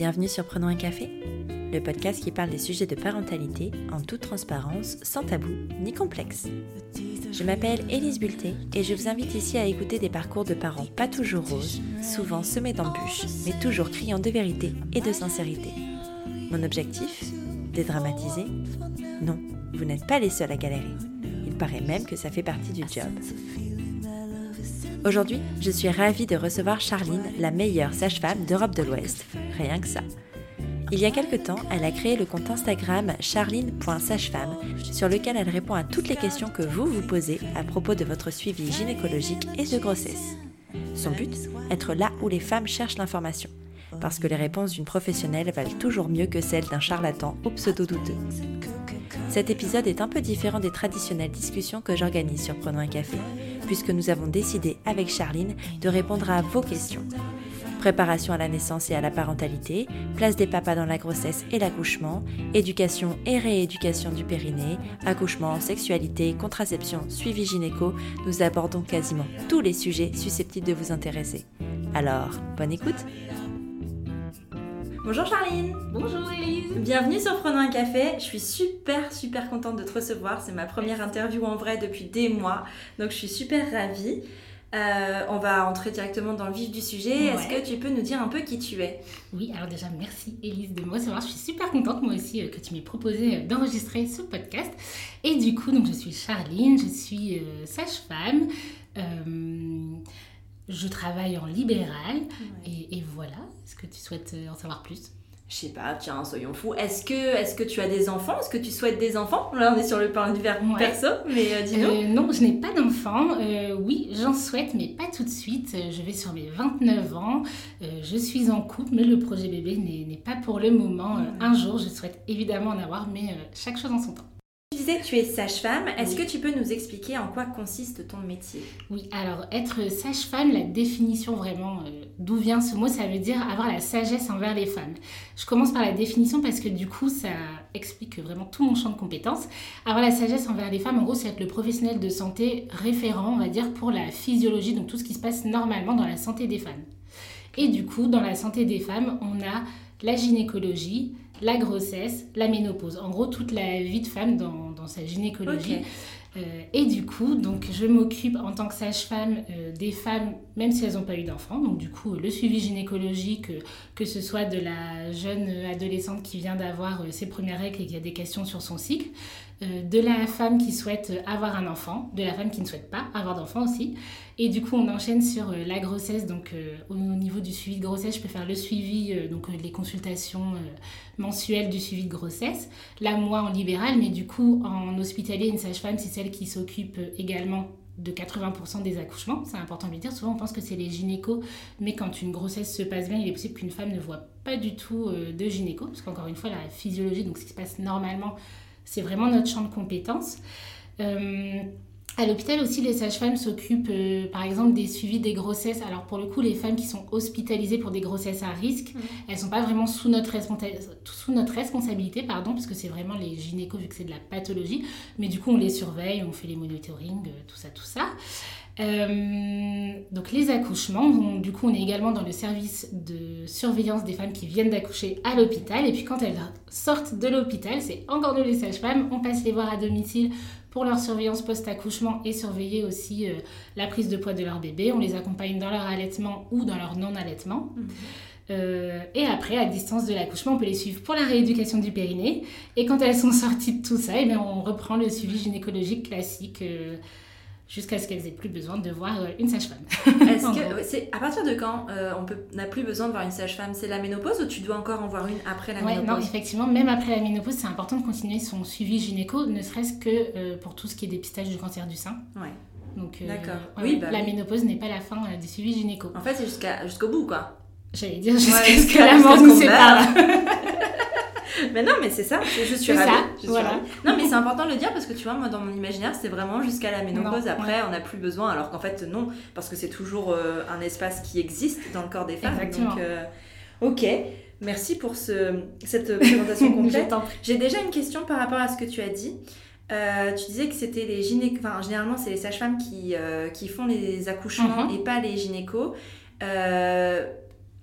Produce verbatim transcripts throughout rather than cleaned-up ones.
Bienvenue sur Prenons un café, le podcast qui parle des sujets de parentalité en toute transparence, sans tabou ni complexe. Je m'appelle Élise Bulté et je vous invite ici à écouter des parcours de parents pas toujours roses, souvent semés d'embûches, mais toujours criant de vérité et de sincérité. Mon objectif ? Dédramatiser ? Non, vous n'êtes pas les seuls à galérer. Il paraît même que ça fait partie du job. Aujourd'hui, je suis ravie de recevoir Charline, la meilleure sage-femme d'Europe de l'Ouest. Rien que ça. Il y a quelque temps, elle a créé le compte Instagram charline point sagefemme sur lequel elle répond à toutes les questions que vous vous posez à propos de votre suivi gynécologique et de grossesse. Son but ? Être là où les femmes cherchent l'information. Parce que les réponses d'une professionnelle valent toujours mieux que celles d'un charlatan ou pseudo-douteux. Cet épisode est un peu différent des traditionnelles discussions que j'organise sur Prenons un café, puisque nous avons décidé avec Charline de répondre à vos questions. Préparation à la naissance et à la parentalité, place des papas dans la grossesse et l'accouchement, éducation et rééducation du périnée, accouchement, sexualité, contraception, suivi gynéco, nous abordons quasiment tous les sujets susceptibles de vous intéresser. Alors, bonne écoute! Bonjour Charline. Bonjour Élise. Bienvenue sur Prenons un café. Je suis super super contente de te recevoir. C'est ma première interview en vrai depuis des mois. Donc je suis super ravie. Euh, on va entrer directement dans le vif du sujet. Ouais. Est-ce que tu peux nous dire un peu qui tu es ? Oui, alors déjà merci Élise de me recevoir. Je suis super contente moi aussi que tu m'aies proposé d'enregistrer ce podcast. Et du coup, donc je suis Charline, je suis euh, sage-femme. Euh, Je travaille en libéral, ouais. et, et voilà. Est-ce que tu souhaites en savoir plus ? Je sais pas, tiens, soyons fous. Est-ce que, est-ce que tu as des enfants ? Est-ce que tu souhaites des enfants ? Là, on est sur le plan du verbe ouais. perso, mais euh, dis-nous. Euh, non, je n'ai pas d'enfants. Euh, oui, j'en souhaite, mais pas tout de suite. Je vais sur mes vingt-neuf ans. Euh, je suis en couple, mais le projet bébé n'est, n'est pas pour le moment. Ouais. Un jour, je souhaite évidemment en avoir, mais euh, chaque chose en son temps. Tu disais que tu es sage-femme. Est-ce oui. que tu peux nous expliquer en quoi consiste ton métier ? Oui, alors être sage-femme, la définition vraiment euh, d'où vient ce mot, ça veut dire avoir la sagesse envers les femmes. Je commence par la définition parce que du coup, ça explique vraiment tout mon champ de compétences. Avoir la sagesse envers les femmes, en gros, c'est être le professionnel de santé référent, on va dire, pour la physiologie, donc tout ce qui se passe normalement dans la santé des femmes. Et du coup, dans la santé des femmes, on a la gynécologie, la grossesse, la ménopause. En gros, toute la vie de femme dans, dans sa gynécologie. Okay. Euh, et du coup, donc, je m'occupe en tant que sage-femme euh, des femmes, même si elles n'ont pas eu d'enfants. Donc du coup, le suivi gynécologique, euh, que ce soit de la jeune adolescente qui vient d'avoir euh, ses premières règles et qui a des questions sur son cycle, euh, de la femme qui souhaite avoir un enfant, de la femme qui ne souhaite pas avoir d'enfant aussi. Et du coup, on enchaîne sur euh, la grossesse. Donc euh, au niveau du suivi de grossesse, je peux faire le suivi, euh, donc euh, les consultations euh, mensuelles du suivi de grossesse. Là, moi, en libéral, mais du coup, en hospitalier, une sage-femme, c'est celle qui s'occupe également de quatre-vingts pour cent des accouchements. C'est important de le dire. Souvent, on pense que c'est les gynécos, mais quand une grossesse se passe bien, il est possible qu'une femme ne voit pas du tout euh, de gynéco, parce qu'encore une fois, la physiologie, donc ce qui se passe normalement, c'est vraiment notre champ de compétences. Euh, À l'hôpital aussi, les sages-femmes s'occupent, euh, par exemple, des suivis des grossesses. Alors, pour le coup, les femmes qui sont hospitalisées pour des grossesses à risque, mmh. elles ne sont pas vraiment sous notre, responsa- sous notre responsabilité, pardon, parce que c'est vraiment les gynécos, vu que c'est de la pathologie. Mais du coup, on les surveille, on fait les monitoring, euh, tout ça, tout ça. Euh, donc, les accouchements, on, du coup, on est également dans le service de surveillance des femmes qui viennent d'accoucher à l'hôpital. Et puis, quand elles sortent de l'hôpital, c'est encore nous les sages-femmes, on passe les voir à domicile pour leur surveillance post-accouchement et surveiller aussi euh, la prise de poids de leur bébé. On les accompagne dans leur allaitement ou dans leur non-allaitement. Mmh. Euh, et après, à distance de l'accouchement, on peut les suivre pour la rééducation du périnée. Et quand elles sont sorties de tout ça, eh bien, on reprend le suivi gynécologique classique euh, jusqu'à ce qu'elles aient plus besoin de voir une sage-femme. Est-ce que c'est à partir de quand euh, on peut, n'a plus besoin de voir une sage-femme ? C'est la ménopause ou tu dois encore en voir une après la ouais, ménopause ? Non, effectivement, même après la ménopause, c'est important de continuer son suivi gynéco, ne serait-ce que euh, pour tout ce qui est dépistage du cancer du sein. Ouais. Donc, euh, d'accord. Ouais, oui, bah, la oui. ménopause n'est pas la fin euh, du suivi gynéco. En fait, c'est jusqu'à, jusqu'au bout, quoi. J'allais dire jusqu'à ouais, ce que la mort nous sépare. Mais non, mais c'est ça, je, je suis c'est ravie. ça, je suis voilà. ravie. Non, mais c'est important de le dire parce que tu vois, moi dans mon imaginaire, c'est vraiment jusqu'à la ménopause. Non, après, ouais. on n'a plus besoin, alors qu'en fait, non, parce que c'est toujours euh, un espace qui existe dans le corps des femmes. Exactement. Donc, euh, ok, merci pour ce, cette présentation complète. J'ai déjà une question par rapport à ce que tu as dit. Euh, tu disais que c'était les gynécos, enfin, généralement, c'est les sages-femmes qui, euh, qui font les accouchements mm-hmm. et pas les gynécos. Euh,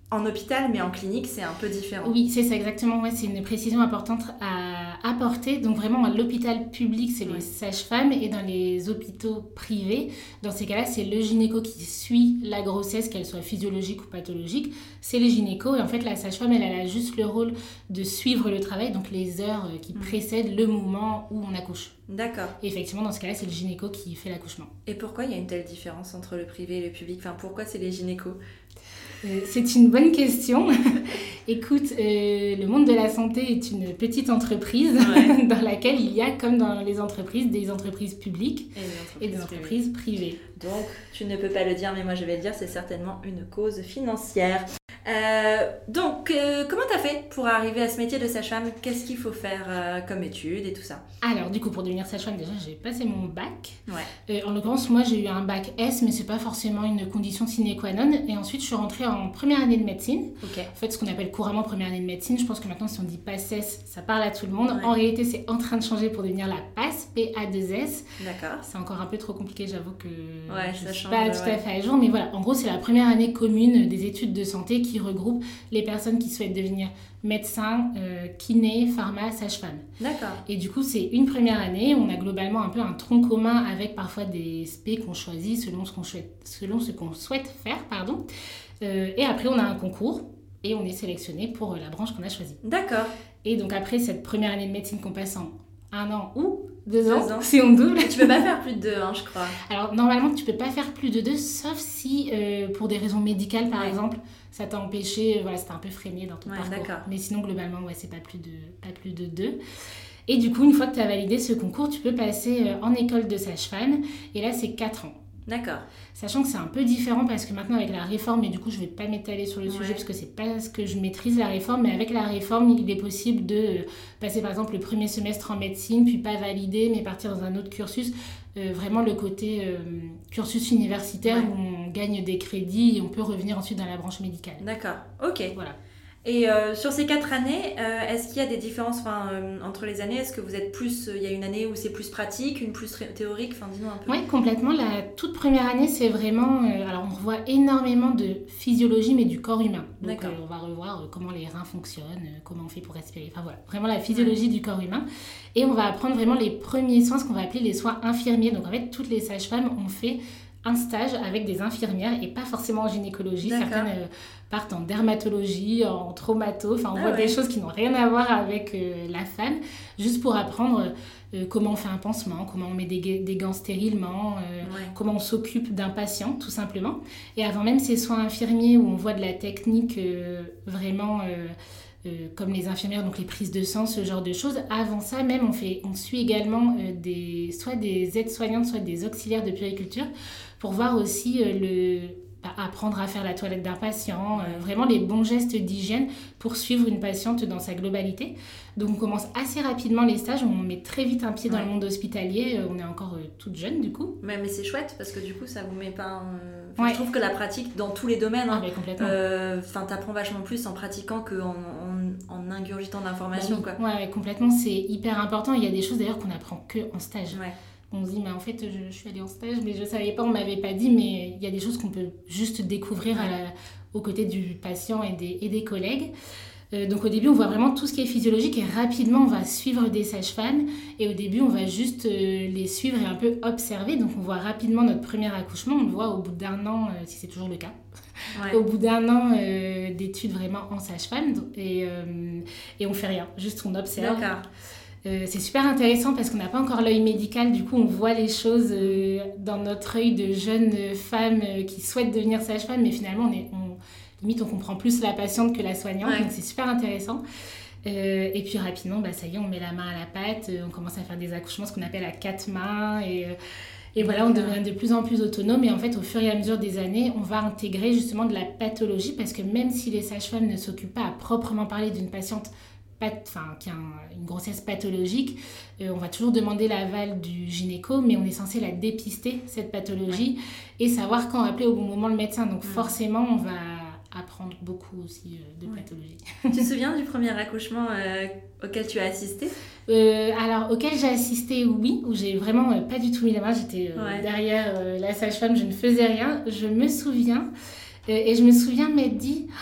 en hôpital, mais en clinique, c'est un peu différent. Oui, c'est ça exactement. Ouais, c'est une précision importante à apporter. Donc vraiment, à l'hôpital public, c'est ouais. les sages-femmes, et dans les hôpitaux privés, dans ces cas-là, c'est le gynéco qui suit la grossesse, qu'elle soit physiologique ou pathologique. C'est les gynécos, et en fait, la sage-femme, elle, elle a juste le rôle de suivre le travail, donc les heures qui mmh. précèdent le moment où on accouche. D'accord. Et effectivement, dans ce cas-là, c'est le gynéco qui fait l'accouchement. Et pourquoi il y a une telle différence entre le privé et le public ? Enfin, pourquoi c'est les gynécos ? Euh, c'est une bonne question. Écoute, euh, le monde de la santé est une petite entreprise ouais. dans laquelle il y a, comme dans les entreprises, des entreprises publiques et des entreprises, et des entreprises privées. Donc, tu ne peux pas le dire, mais moi je vais le dire, c'est certainement une cause financière. Euh, donc, euh, comment t'as fait pour arriver à ce métier de sage-femme ? Qu'est-ce qu'il faut faire euh, comme études et tout ça ? Alors, du coup, pour devenir sage-femme, déjà, j'ai passé mon bac. Ouais. Euh, en l'occurrence, moi, j'ai eu un bac S, mais c'est pas forcément une condition sine qua non. Et ensuite, je suis rentrée en première année de médecine. Okay. En fait, ce qu'on appelle couramment première année de médecine. Je pense que maintenant, si on dit PACES, ça parle à tout le monde. Ouais. En réalité, c'est en train de changer pour devenir la PAS, P A deux S. D'accord. C'est encore un peu trop compliqué, j'avoue que ouais, je ça ne suis change, pas ouais. tout à fait à jour. Mais voilà, en gros, c'est la première année commune des études de santé qui regroupe les personnes qui souhaitent devenir médecin, euh, kiné, pharma, sage-femme. D'accord. Et du coup, c'est une première année. On a globalement un peu un tronc commun avec parfois des spé qu'on choisit selon ce qu'on souhaite, selon ce qu'on souhaite faire. Pardon. Euh, et après, on a un concours et on est sélectionné pour la branche qu'on a choisie. D'accord. Et donc après cette première année de médecine qu'on passe en un an ou deux, deux ans, ans, si on double. Et tu peux pas faire plus de deux, hein, je crois. Alors normalement, tu peux pas faire plus de deux, sauf si euh, pour des raisons médicales, par ouais. exemple, ça t'a empêché, voilà, c'était un peu freiné dans ton ouais, parcours. D'accord. Mais sinon, globalement, ouais, c'est pas plus de, pas plus de deux. Et du coup, une fois que tu as validé ce concours, tu peux passer en école de sage-femme. Et là, c'est quatre ans. D'accord. Sachant que c'est un peu différent parce que maintenant avec la réforme, et du coup je vais pas m'étaler sur le sujet ouais. parce que c'est pas ce que je maîtrise la réforme, mais avec la réforme il est possible de passer par exemple le premier semestre en médecine, puis pas valider, mais partir dans un autre cursus. Euh, vraiment le côté euh, cursus universitaire ouais. où on gagne des crédits et on peut revenir ensuite dans la branche médicale. D'accord, ok. Voilà. Et euh, sur ces quatre années, euh, est-ce qu'il y a des différences euh, entre les années ? Est-ce que vous êtes plus... Il euh, y a une année où c'est plus pratique, une plus ré- théorique ? Enfin, dis-nous un peu. Oui, complètement. La toute première année, c'est vraiment... Euh, alors, on revoit énormément de physiologie, mais du corps humain. Donc, euh, on va revoir euh, comment les reins fonctionnent, euh, comment on fait pour respirer. Enfin, voilà. Vraiment la physiologie ouais. du corps humain. Et on va apprendre vraiment les premiers soins, ce qu'on va appeler les soins infirmiers. Donc, en fait, toutes les sages-femmes ont fait un stage avec des infirmières et pas forcément en gynécologie. D'accord. Certaines euh, partent en dermatologie, en traumato, enfin on ah voit ouais. des choses qui n'ont rien à voir avec euh, la femme, juste pour apprendre euh, comment on fait un pansement, comment on met des, des gants stérilement, euh, ouais. comment on s'occupe d'un patient tout simplement. Et avant même ces soins infirmiers où on voit de la technique euh, vraiment... Euh, Euh, comme les infirmières, donc les prises de sang, ce genre de choses. Avant ça, même, on, fait, on suit également euh, des, soit des aides-soignantes, soit des auxiliaires de puériculture pour voir aussi euh, le, bah, apprendre à faire la toilette d'un patient, euh, vraiment les bons gestes d'hygiène pour suivre une patiente dans sa globalité. Donc, on commence assez rapidement les stages, on met très vite un pied dans ouais. le monde hospitalier. Euh, on est encore euh, toute jeune, du coup. Mais, mais c'est chouette parce que du coup, ça vous met pas... Euh... Enfin, ouais. Je trouve que la pratique, dans tous les domaines, ah, hein, complètement. Euh, t'apprends vachement plus en pratiquant qu'en en, en ingurgitant d'informations. Bah, quoi. Ouais, complètement, c'est hyper important. Il y a des choses d'ailleurs qu'on apprend qu'en stage. Ouais. On se dit, mais en fait, je, je suis allée en stage, mais je ne savais pas, on ne m'avait pas dit, mais il y a des choses qu'on peut juste découvrir ouais. à la, aux côtés du patient et des, et des collègues. Euh, donc au début, on voit vraiment tout ce qui est physiologique et rapidement, on va suivre des sages-femmes. Et au début, on va juste euh, les suivre et un peu observer. Donc on voit rapidement notre premier accouchement. On le voit au bout d'un an, euh, si c'est toujours le cas. Ouais. Au bout d'un an euh, d'études vraiment en sage-femme. Et, euh, et on ne fait rien, juste on observe. D'accord. Euh, c'est super intéressant parce qu'on n'a pas encore l'œil médical, du coup on voit les choses euh, dans notre œil de jeune femme euh, qui souhaite devenir sage-femme, mais finalement on est, on, limite on comprend plus la patiente que la soignante, ouais. donc c'est super intéressant. Euh, et puis rapidement, bah, ça y est, on met la main à la pâte, euh, on commence à faire des accouchements, ce qu'on appelle à quatre mains, et, euh, et voilà, on devient de plus en plus autonome, et en fait au fur et à mesure des années, on va intégrer justement de la pathologie, parce que même si les sages-femmes ne s'occupent pas à proprement parler d'une patiente Enfin, qui a un, une grossesse pathologique, euh, on va toujours demander l'aval du gynéco, mais on est censé la dépister, cette pathologie, ouais. et savoir quand appeler au bon moment le médecin. Donc ouais. forcément, on va apprendre beaucoup aussi euh, de ouais. pathologie. Tu te souviens du premier accouchement euh, auquel tu as assisté ? euh, Alors, auquel j'ai assisté, oui, où j'ai vraiment euh, pas du tout mis la main. J'étais euh, ouais. derrière euh, la sage-femme, je ne faisais rien. Je me souviens, euh, et je me souviens m'être dit...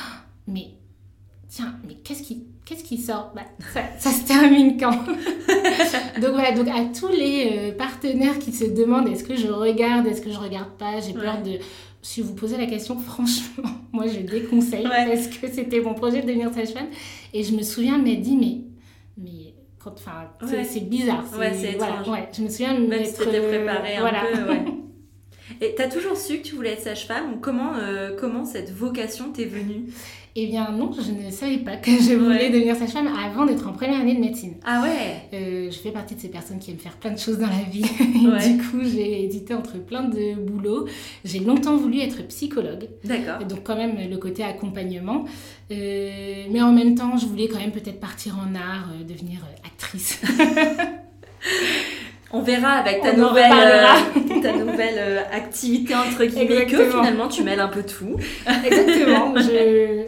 mais tiens, mais qu'est-ce qui, qu'est-ce qui sort ? Bah, ça, ça se termine quand ? Donc voilà, donc à tous les euh, partenaires qui se demandent est-ce que je regarde, est-ce que je regarde pas, j'ai peur ouais. de... Si vous posez la question, franchement, moi je déconseille ouais. parce que c'était mon projet de devenir sage-femme. Et je me souviens de m'être dit, mais... mais quand, ouais. c'est, c'est bizarre. C'est, ouais, c'est voilà, étrange. Ouais, je me souviens de Même m'être... si t'étais préparée un voilà. peu, ouais. Et t'as toujours su que tu voulais être sage-femme ou comment, euh, comment cette vocation t'est venue ? Eh bien non, je ne savais pas que je voulais ouais. devenir sage-femme avant d'être en première année de médecine. Ah ouais euh, Je fais partie de ces personnes qui aiment faire plein de choses dans la vie. Ouais. Du coup, j'ai hésité entre plein de boulots. J'ai longtemps voulu être psychologue. D'accord. Et donc quand même le côté accompagnement. Euh, mais en même temps, je voulais quand même peut-être partir en art, euh, devenir euh, actrice. On verra avec ta On nouvelle, euh, ta nouvelle euh, activité entre guillemets que finalement tu mêles un peu tout. Exactement, je,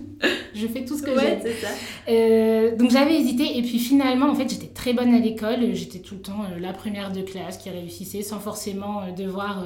je fais tout ce que ouais, j'aime. C'est ça. Euh, donc j'avais hésité et puis finalement en fait j'étais très bonne à l'école, j'étais tout le temps euh, la première de classe qui réussissait sans forcément euh, devoir... Euh,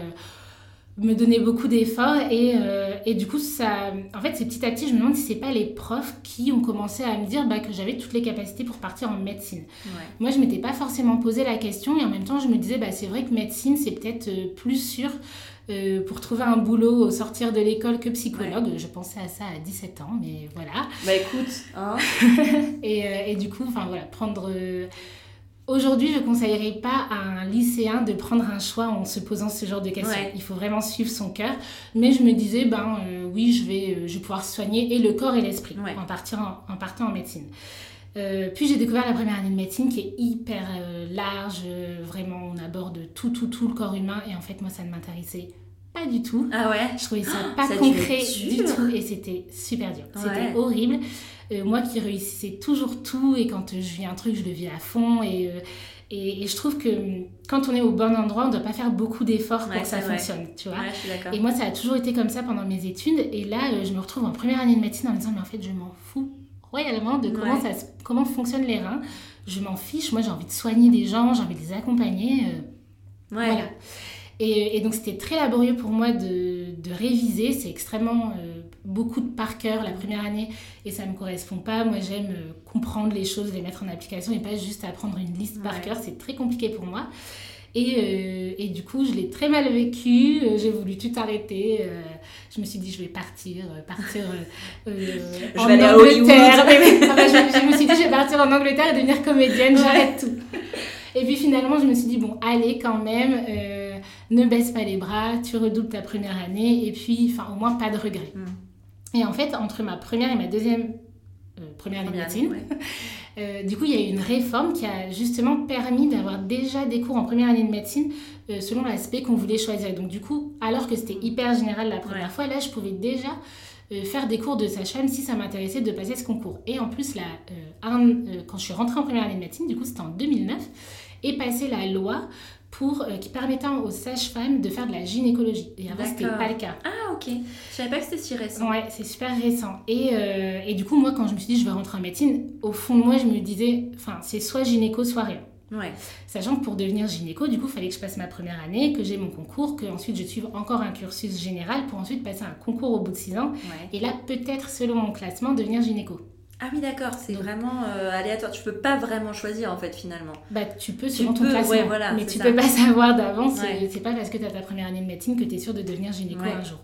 me donner beaucoup d'efforts et, euh, et du coup ça en fait c'est petit à petit je me demande si c'est pas les profs qui ont commencé à me dire bah, que j'avais toutes les capacités pour partir en médecine. Ouais. Moi je m'étais pas forcément posé la question et en même temps je me disais bah c'est vrai que médecine c'est peut-être euh, plus sûr euh, pour trouver un boulot au sortir de l'école que psychologue. Ouais. Je pensais à ça à dix-sept ans mais voilà. Bah écoute hein. et, euh, et du coup enfin voilà prendre euh, Aujourd'hui, je ne conseillerais pas à un lycéen de prendre un choix en se posant ce genre de questions. Ouais. Il faut vraiment suivre son cœur. Mais je me disais, ben euh, oui, je vais, euh, je vais pouvoir soigner et le corps et l'esprit ouais. en, partir en, en partant en médecine. Euh, puis j'ai découvert la première année de médecine qui est hyper euh, large. Euh, vraiment, on aborde tout, tout, tout le corps humain. Et en fait, moi, ça ne m'intéressait pas du tout. Ah ouais. Je trouvais ça pas ça concret du tout. Et c'était super dur. Ouais. C'était horrible. Euh, moi qui réussissais toujours tout et quand euh, je vis un truc, je le vis à fond et, euh, et, et je trouve que quand on est au bon endroit, on ne doit pas faire beaucoup d'efforts pour ouais, que ça vrai. fonctionne, tu vois. Ouais, je suis d'accord. Et moi, ça a toujours été comme ça pendant mes études et là, euh, je me retrouve en première année de médecine en me disant mais en fait, je m'en fous royalement de comment, ouais. ça, comment fonctionnent les reins. Je m'en fiche, moi j'ai envie de soigner des gens, j'ai envie de les accompagner. Euh, ouais. Voilà. Et, et donc c'était très laborieux pour moi de, de réviser, c'est extrêmement euh, beaucoup de par cœur la première année et ça ne me correspond pas. Moi j'aime euh, comprendre les choses, les mettre en application et pas juste apprendre une liste ouais. par cœur, c'est très compliqué pour moi. Et, euh, et du coup je l'ai très mal vécu, euh, j'ai voulu tout arrêter, euh, je me suis dit je vais partir, euh, partir euh, euh, je en vais aller Angleterre. Mais, mais, enfin, je, je me suis dit je vais partir en Angleterre et devenir comédienne, ouais. j'arrête tout. Et puis finalement je me suis dit bon allez quand même, euh, ne baisse pas les bras, tu redoubles ta première année et puis enfin, au moins pas de regrets. Mm. Et en fait, entre ma première et ma deuxième euh, première année de médecine, ouais. euh, du coup, il y a eu une réforme qui a justement permis d'avoir déjà des cours en première année de médecine euh, selon l'aspect qu'on voulait choisir. Donc du coup, alors que c'était hyper général la première ouais. fois, là, je pouvais déjà euh, faire des cours de sage-femme si ça m'intéressait de passer ce concours. Et en plus, là, euh, un, euh, quand je suis rentrée en première année de médecine, du coup, c'était en deux mille neuf, est passée la loi pour, euh, qui permettait aux sages-femmes de faire de la gynécologie. Et avant, c'était pas le cas. Ah, ok. Je savais pas que c'était si récent. Ouais, c'est super récent. Et, euh, et du coup, moi, quand je me suis dit, je vais rentrer en médecine, au fond de moi, je me disais, enfin, c'est soit gynéco, soit rien. Ouais. Sachant que pour devenir gynéco, du coup, il fallait que je passe ma première année, que j'ai mon concours, qu'ensuite je suive encore un cursus général pour ensuite passer un concours au bout de six ans. Ouais. Et là, peut-être, selon mon classement, devenir gynéco. Ah oui, d'accord, c'est donc, vraiment euh, aléatoire. Tu peux pas vraiment choisir, en fait, finalement. Bah, tu peux selon tu ton peux, classement, ouais, voilà, mais tu ça. peux pas savoir d'avance. Ouais. C'est pas parce que tu as ta première année de médecine que tu es sûre de devenir gynéco ouais. un jour.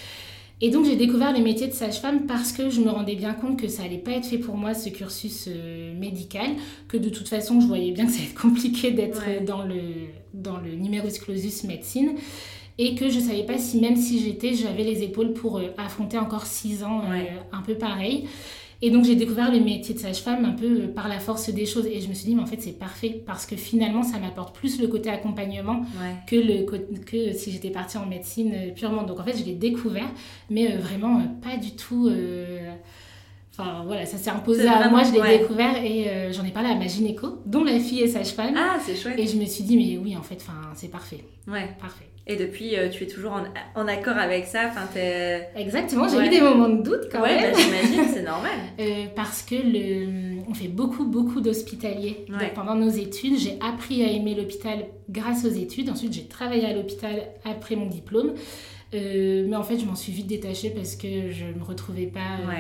Et donc, j'ai découvert le métier de sage-femme parce que je me rendais bien compte que ça allait pas être fait pour moi, ce cursus euh, médical, que de toute façon, je voyais bien que ça allait être compliqué d'être ouais. dans, le, dans le numerus clausus médecine. Et que je ne savais pas si, même si j'étais, j'avais les épaules pour euh, affronter encore six ans euh, ouais. un peu pareil. Et donc, j'ai découvert le métier de sage-femme un peu par la force des choses. Et je me suis dit, mais en fait, c'est parfait. Parce que finalement, ça m'apporte plus le côté accompagnement ouais. que, le, que si j'étais partie en médecine euh, purement. Donc, en fait, je l'ai découvert, mais euh, vraiment euh, pas du tout... Euh... Enfin, voilà, ça s'est imposé à moi, je l'ai ouais. découvert et euh, j'en ai parlé à ma gynéco, dont la fille est sage-femme. Ah, c'est chouette. Et je me suis dit, mais oui, en fait, c'est parfait. Ouais. Parfait. Et depuis, euh, tu es toujours en, en accord avec ça, enfin, t'es... Exactement, j'ai ouais. eu des moments de doute quand ouais, même. Bah, j'imagine, c'est normal. euh, parce que le, on fait beaucoup, beaucoup d'hospitaliers. Ouais. Donc, pendant nos études, j'ai appris à aimer l'hôpital grâce aux études. Ensuite, j'ai travaillé à l'hôpital après mon diplôme. Euh, mais en fait, je m'en suis vite détachée parce que je ne me retrouvais pas... Euh, ouais.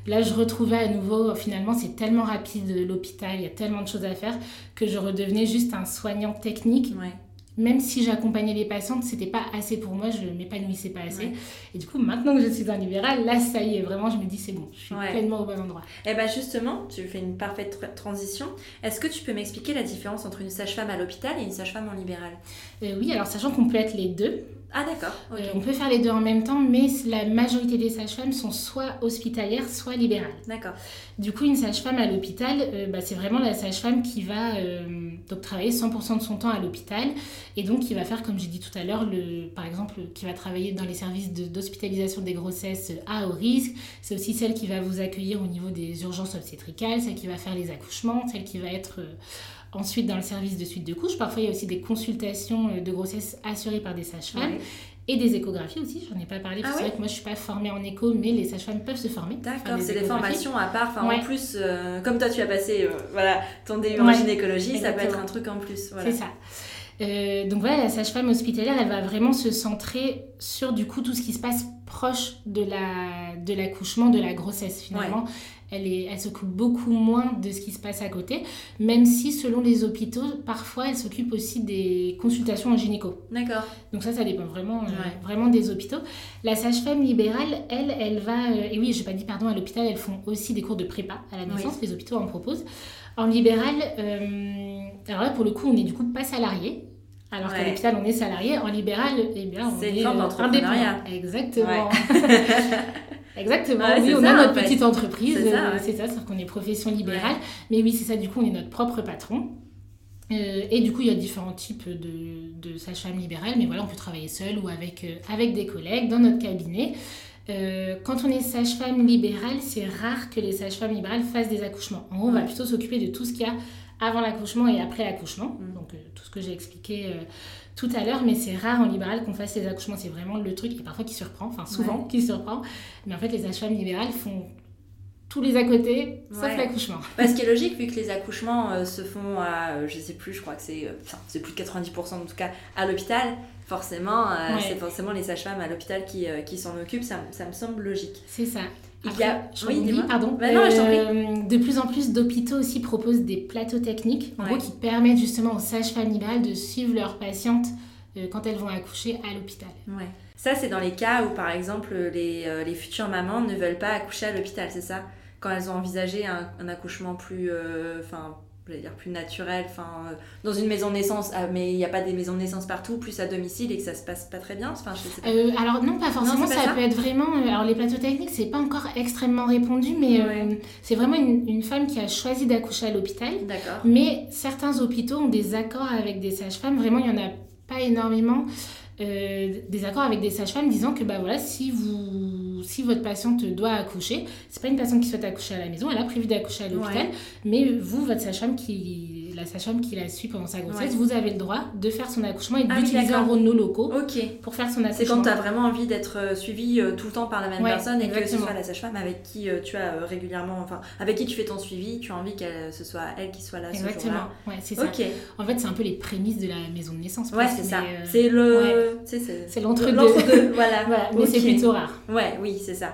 Là, je retrouvais à nouveau, finalement, c'est tellement rapide l'hôpital, il y a tellement de choses à faire que je redevenais juste un soignant technique. Ouais. Même si j'accompagnais les patientes, c'était pas assez pour moi, je m'épanouissais pas assez. Ouais. Et du coup, maintenant que je suis en libéral, là, ça y est, vraiment, je me dis c'est bon, je suis ouais. pleinement au bon endroit. Et bien justement, tu fais une parfaite tra- transition. Est-ce que tu peux m'expliquer la différence entre une sage-femme à l'hôpital et une sage-femme en libéral ? euh, Oui, alors sachant qu'on peut être les deux. Ah d'accord, okay. euh, on peut faire les deux en même temps, mais la majorité des sages-femmes sont soit hospitalières, soit libérales. D'accord. Du coup, une sage-femme à l'hôpital, euh, bah, c'est vraiment la sage-femme qui va euh, donc travailler cent pour cent de son temps à l'hôpital et donc qui va faire, comme j'ai dit tout à l'heure, le, par exemple, qui va travailler dans les services de, d'hospitalisation des grossesses à haut risque. C'est aussi celle qui va vous accueillir au niveau des urgences obstétricales, celle qui va faire les accouchements, celle qui va être... Euh, Ensuite, dans le service de suite de couches, parfois il y a aussi des consultations de grossesse assurées par des sages-femmes. Ouais. Et des échographies aussi, j'en ai pas parlé, parce que ah ouais. c'est vrai que moi je suis pas formée en écho, mais les sages-femmes peuvent se former. D'accord, c'est des formations à part, enfin ouais. en plus, euh, comme toi tu as passé euh, voilà, ton D U en ouais. gynécologie, exactement. Ça peut être un truc en plus. Voilà. C'est ça. Euh, donc voilà, la sage-femme hospitalière, elle va vraiment se centrer sur du coup tout ce qui se passe proche de, la, de l'accouchement, de la grossesse finalement. Ouais. Elle, est, elle s'occupe beaucoup moins de ce qui se passe à côté, même si selon les hôpitaux, parfois elle s'occupe aussi des consultations en gynéco. D'accord. Donc ça, ça dépend vraiment, ouais. euh, vraiment des hôpitaux. La sage-femme libérale, elle, elle va... Euh, et oui, je n'ai pas dit pardon, à l'hôpital, elles font aussi des cours de prépa à la naissance, oui. Les hôpitaux en proposent. En libéral, euh, alors là pour le coup, on est du coup pas salarié. Alors ouais. qu'à l'hôpital, on est salarié. En libéral, eh bien, on c'est est une forme d'entrepreneuriat. Exactement. Ouais. Exactement. Ouais, oui, on ça, a notre en fait. petite entreprise. C'est ça, ouais. C'est ça, sauf qu'on est profession libérale. Ouais. Mais oui, c'est ça. Du coup, on est notre propre patron. Euh, et du coup, il y a différents types de, de sages-femmes libérales. Mais voilà, on peut travailler seul ou avec, euh, avec des collègues dans notre cabinet. Euh, quand on est sage-femme libérale, c'est rare que les sages-femmes libérales fassent des accouchements. En gros, on va plutôt s'occuper de tout ce qu'il y a avant l'accouchement et après l'accouchement. Mmh. Donc, euh, tout ce que j'ai expliqué euh, tout à l'heure, mais c'est rare en libéral qu'on fasse les accouchements. C'est vraiment le truc, et parfois qui surprend, enfin souvent ouais. qui surprend. Mais en fait, les sages-femmes libérales font tous les à côté, sauf ouais. l'accouchement. Bah, ce qui est logique, vu que les accouchements euh, se font à, euh, je sais plus, je crois que c'est, euh, c'est plus de quatre-vingt-dix pour cent en tout cas, à l'hôpital. Forcément, euh, ouais. c'est forcément les sages-femmes à l'hôpital qui, euh, qui s'en occupent. Ça, ça me semble logique. C'est ça. Il y a... Oui, oui, dis-moi. Pardon. Bah non, euh, de plus en plus d'hôpitaux aussi proposent des plateaux techniques, en ouais. gros, qui permettent justement aux sages-femmes libérales de suivre leurs patientes euh, quand elles vont accoucher à l'hôpital. Ouais. Ça, c'est dans les cas où, par exemple, les, euh, les futures mamans ne veulent pas accoucher à l'hôpital, c'est ça ? Quand elles ont envisagé un, un accouchement plus... Enfin... Euh, je vais dire plus naturel, enfin euh, dans une maison de naissance, ah, mais il n'y a pas des maisons de naissance partout, plus à domicile et que ça se passe pas très bien. Enfin, je sais pas. Euh, alors non, pas forcément. Non, pas ça, ça peut être vraiment. Euh, alors les plateaux techniques, c'est pas encore extrêmement répandu, mais ouais. euh, c'est vraiment une, une femme qui a choisi d'accoucher à l'hôpital. D'accord. Mais certains hôpitaux ont des accords avec des sages-femmes. Vraiment, il y en a pas énormément. Euh, des accords avec des sages-femmes disant que bah voilà, si vous si votre patiente doit accoucher, c'est pas une patiente qui souhaite accoucher à la maison, elle a prévu d'accoucher à l'hôpital, ouais. mais vous, votre sage-femme qui la sage-femme qui la suit pendant sa grossesse, ouais. vous avez le droit de faire son accouchement et ah, d'utiliser en gros nos locaux okay. pour faire son accouchement. C'est quand tu as vraiment envie d'être suivie tout le temps par la même ouais, personne et exactement. Que ce soit la sage-femme avec qui tu as régulièrement, enfin avec qui tu fais ton suivi, tu as envie que ce soit elle qui soit là exactement. ce jour-là. Ouais, c'est ça. Okay. En fait, c'est un peu les prémices de la maison de naissance. Ouais, c'est ça. Euh... C'est le ouais. C'est, c'est, c'est l'entre-deux. l'entre-deux, voilà. voilà. Mais okay. c'est plutôt rare. Ouais, oui, c'est ça.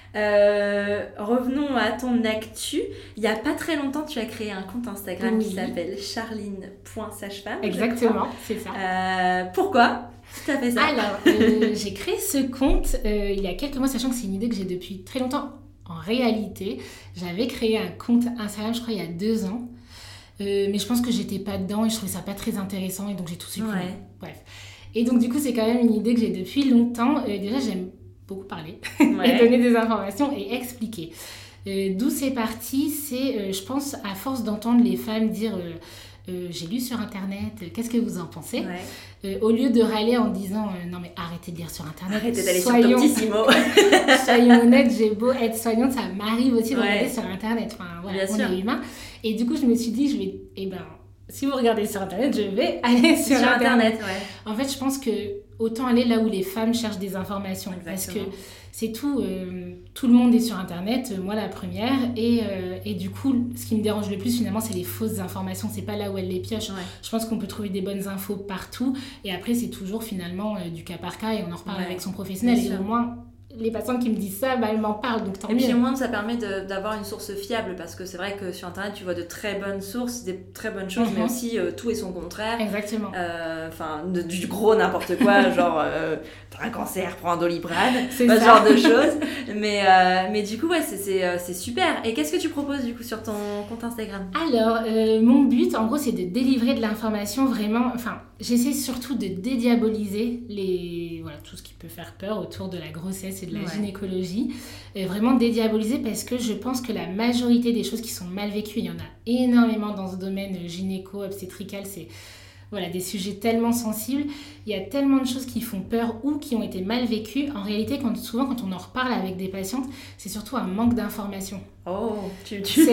Euh, revenons à ton actu. Il n'y a pas très longtemps, tu as créé un compte Instagram oui. qui s'appelle charline point sagefemme. Exactement, c'est ça. Euh, pourquoi tu as fait ça? Alors, euh, j'ai créé ce compte euh, il y a quelques mois, sachant que c'est une idée que j'ai depuis très longtemps. En réalité, j'avais créé un compte Instagram, je crois, il y a deux ans. Euh, mais je pense que j'étais pas dedans et je trouvais ça pas très intéressant et donc j'ai tout supprimé. Ouais. Bref. Et donc du coup c'est quand même une idée que j'ai depuis longtemps. Euh, déjà j'aime beaucoup parler ouais. et donner des informations et expliquer. Euh, d'où c'est parti, c'est euh, je pense à force d'entendre les femmes dire euh, euh, j'ai lu sur internet, euh, qu'est-ce que vous en pensez ouais. euh, au lieu de râler en disant euh, non mais arrêtez de lire sur internet. Arrêtez d'aller soyons... sur Doctissimo. Soyons honnêtes, j'ai beau être soignante, ça m'arrive aussi de ouais. regarder sur internet. Enfin voilà, Bien on sûr. est humain. Et du coup, je me suis dit, je vais, eh ben, si vous regardez sur Internet, je vais aller sur, sur Internet. Internet ouais. En fait, je pense que autant aller là où les femmes cherchent des informations. Exactement. Parce que c'est tout, euh, tout le monde est sur Internet, moi la première. Et, euh, et du coup, ce qui me dérange le plus, finalement, c'est les fausses informations. C'est pas là où elles les piochent. Ouais. Je pense qu'on peut trouver des bonnes infos partout. Et après, c'est toujours finalement euh, du cas par cas et on en reparle ouais. avec son professionnel. Et au moins... les patientes qui me disent ça, bah, elles m'en parlent, donc tant Et mieux. puis au moins, ça permet de, d'avoir une source fiable, parce que c'est vrai que sur Internet, tu vois de très bonnes sources, des très bonnes choses, mm-hmm. mais aussi euh, tout et son contraire. Exactement. Enfin, euh, du gros n'importe quoi, genre, euh, t'as un cancer, prends un Doliprane, c'est pas ça. ce genre de choses. Mais, euh, mais du coup, ouais, c'est, c'est, euh, c'est super. Et qu'est-ce que tu proposes, du coup, sur ton compte Instagram ? Alors, euh, mon but, en gros, c'est de délivrer de l'information vraiment... Enfin, j'essaie surtout de dédiaboliser les, voilà, tout ce qui peut faire peur autour de la grossesse et de la ouais. gynécologie. Euh, vraiment dédiaboliser, parce que je pense que la majorité des choses qui sont mal vécues, il y en a énormément dans ce domaine gynéco-obstétrical, c'est voilà, des sujets tellement sensibles. Il y a tellement de choses qui font peur ou qui ont été mal vécues. En réalité, quand, souvent, quand on en reparle avec des patientes, c'est surtout un manque d'information. Oh, tu, tu,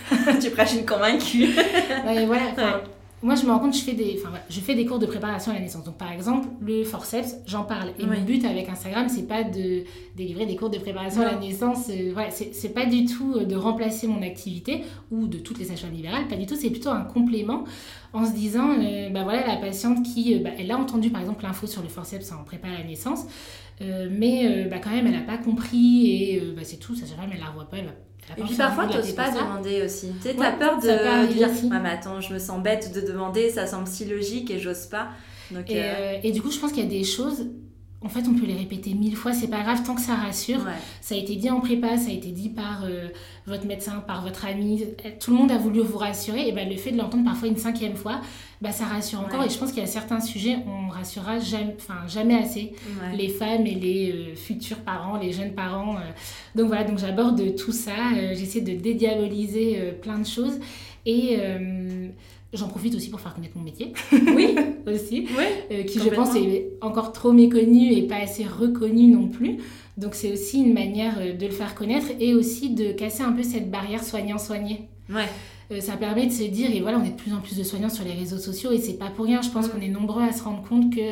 tu prêches une convaincue. Ouais, voilà, ouais. Moi, je me rends compte, je fais, des, enfin, voilà, je fais des cours de préparation à la naissance. Donc, par exemple, le forceps, j'en parle. Et oui. mon but avec Instagram, c'est pas de délivrer des cours de préparation non. à la naissance. Euh, voilà, c'est, c'est pas du tout de remplacer mon activité ou de toutes les sages-femmes libérales. Pas du tout. C'est plutôt un complément en se disant, euh, bah voilà, la patiente qui, euh, bah, elle a entendu, par exemple, l'info sur le forceps en prépa à la naissance. Euh, mais euh, bah, quand même, elle n'a pas compris. Et euh, bah, c'est tout. Sa sage-femme, elle la revoit pas. Elle va Et puis parfois, tu n'oses pas demander aussi. Tu sais, tu as ouais, peur de, de dire « Ah mais attends, je me sens bête de demander, ça semble si logique et j'ose pas. » Donc, et, euh... et du coup, je pense qu'il y a des choses, en fait, on peut les répéter mille fois, c'est pas grave, tant que ça rassure. Ouais. Ça a été dit en prépa, ça a été dit par euh, votre médecin, par votre ami. Tout le monde a voulu vous rassurer. Et ben, le fait de l'entendre parfois une cinquième fois, bah, ça rassure encore. Ouais. Et je pense qu'il y a certains sujets, on ne rassurera jamais, jamais assez ouais. les femmes et les euh, futurs parents, les jeunes parents. Euh. Donc voilà, donc j'aborde tout ça. Euh, j'essaie de dédiaboliser euh, plein de choses. Et euh, j'en profite aussi pour faire connaître mon métier. Oui, aussi. Oui, euh, qui, je pense, est encore trop méconnu et pas assez reconnu non plus. Donc c'est aussi une manière de le faire connaître et aussi de casser un peu cette barrière soignant-soigné. Ouais. Euh, ça permet de se dire, et voilà, on est de plus en plus de soignants sur les réseaux sociaux et c'est pas pour rien, je pense mmh. qu'on est nombreux à se rendre compte que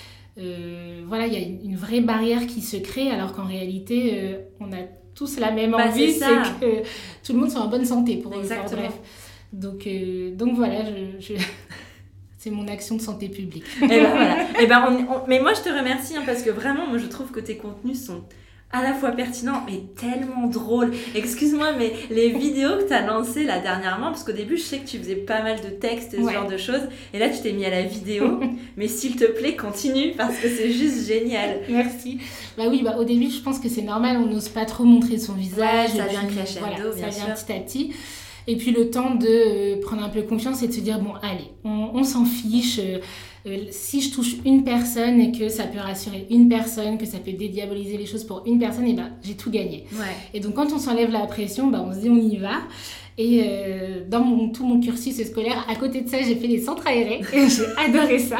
euh, voilà, il y a une, une vraie barrière qui se crée alors qu'en réalité, euh, on a tous la même bah, envie, c'est, c'est que tout le monde soit en bonne santé pour Exactement. Faire bref. Donc, euh, donc voilà, je... je... c'est mon action de santé publique. Et ben voilà. Et ben on, on... Mais moi, je te remercie hein, parce que vraiment, moi, je trouve que tes contenus sont à la fois pertinents mais tellement drôles. Excuse-moi, mais les vidéos que tu as lancées là dernièrement, parce qu'au début, je sais que tu faisais pas mal de textes, ce ouais. genre de choses, et là, tu t'es mis à la vidéo. Mais s'il te plaît, continue parce que c'est juste génial. Merci. Bah oui, bah au début, je pense que c'est normal, on n'ose pas trop montrer son visage. Ouais, ça vient crescendo, voilà, bien ça sûr. vient petit à petit. Et puis le temps de euh, prendre un peu confiance et de se dire, bon, allez, on, on s'en fiche. Euh, euh, si je touche une personne et que ça peut rassurer une personne, que ça peut dédiaboliser les choses pour une personne, et ben, j'ai tout gagné. Ouais. Et donc, quand on s'enlève la pression, ben, on se dit, on y va. Et euh, dans mon, tout mon cursus scolaire, à côté de ça, j'ai fait les centres aérés et j'ai adoré ça.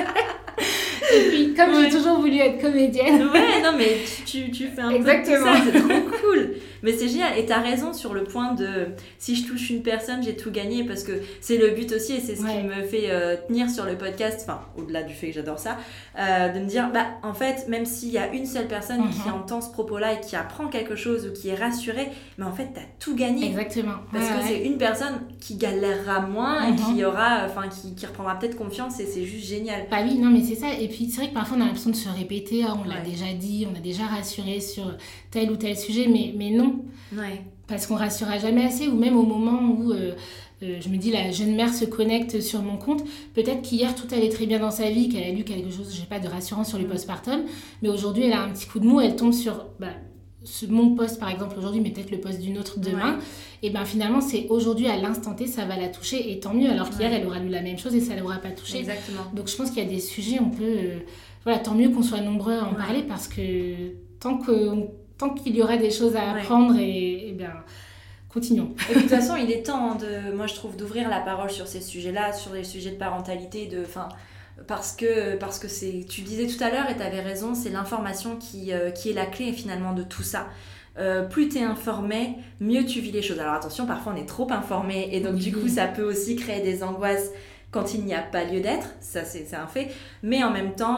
Et puis, comme ouais. j'ai toujours voulu être comédienne... Ouais, non, mais tu, tu, tu fais un Exactement. peu tout ça, c'est trop cool. Mais c'est génial. Et t'as raison sur le point de... Si je touche une personne, j'ai tout gagné. Parce que c'est le but aussi, et c'est ce ouais. qui me fait euh, tenir sur le podcast, enfin, au-delà du fait que j'adore ça, euh, de me dire, bah, en fait, même s'il y a une seule personne mm-hmm. qui entend ce propos-là et qui apprend quelque chose ou qui est rassurée, mais en fait, t'as tout gagné. Exactement. Parce ouais, que ouais. c'est une personne qui galérera moins mm-hmm. et qui aura... Enfin, qui, qui reprendra peut-être confiance et c'est juste génial. Bah oui, non, mais c'est ça. Et puis, c'est vrai que parfois, on a l'impression de se répéter. Ah, on l'a ouais. déjà dit, on a déjà rassuré sur tel ou tel sujet, mais, mais non. Ouais. Parce qu'on rassurera jamais assez, ou même au moment où euh, euh, je me dis la jeune mère se connecte sur mon compte, peut-être qu'hier tout allait très bien dans sa vie, qu'elle a lu quelque chose, je sais pas, de rassurant sur le postpartum, mais aujourd'hui elle a un petit coup de mou, elle tombe sur bah, ce, mon post par exemple aujourd'hui, mais peut-être le post d'une autre demain, ouais. et ben finalement c'est aujourd'hui à l'instant T, ça va la toucher, et tant mieux, alors qu'hier ouais. elle aura lu la même chose et ça l'aura pas touchée. Exactement. Donc je pense qu'il y a des sujets, on peut, euh, voilà, tant mieux qu'on soit nombreux à en ouais. parler, parce que tant que tant qu'il y aura des choses à apprendre, ouais. et, et bien, continuons. Et puis de toute façon, il est temps, de, moi je trouve, d'ouvrir la parole sur ces sujets-là, sur les sujets de parentalité, de, fin, parce que, parce que c'est, tu disais tout à l'heure, et tu avais raison, c'est l'information qui, euh, qui est la clé finalement de tout ça. Euh, plus tu es informé, mieux tu vis les choses. Alors attention, parfois on est trop informé, et donc oui. du coup ça peut aussi créer des angoisses quand il n'y a pas lieu d'être, ça c'est, c'est un fait, mais en même temps...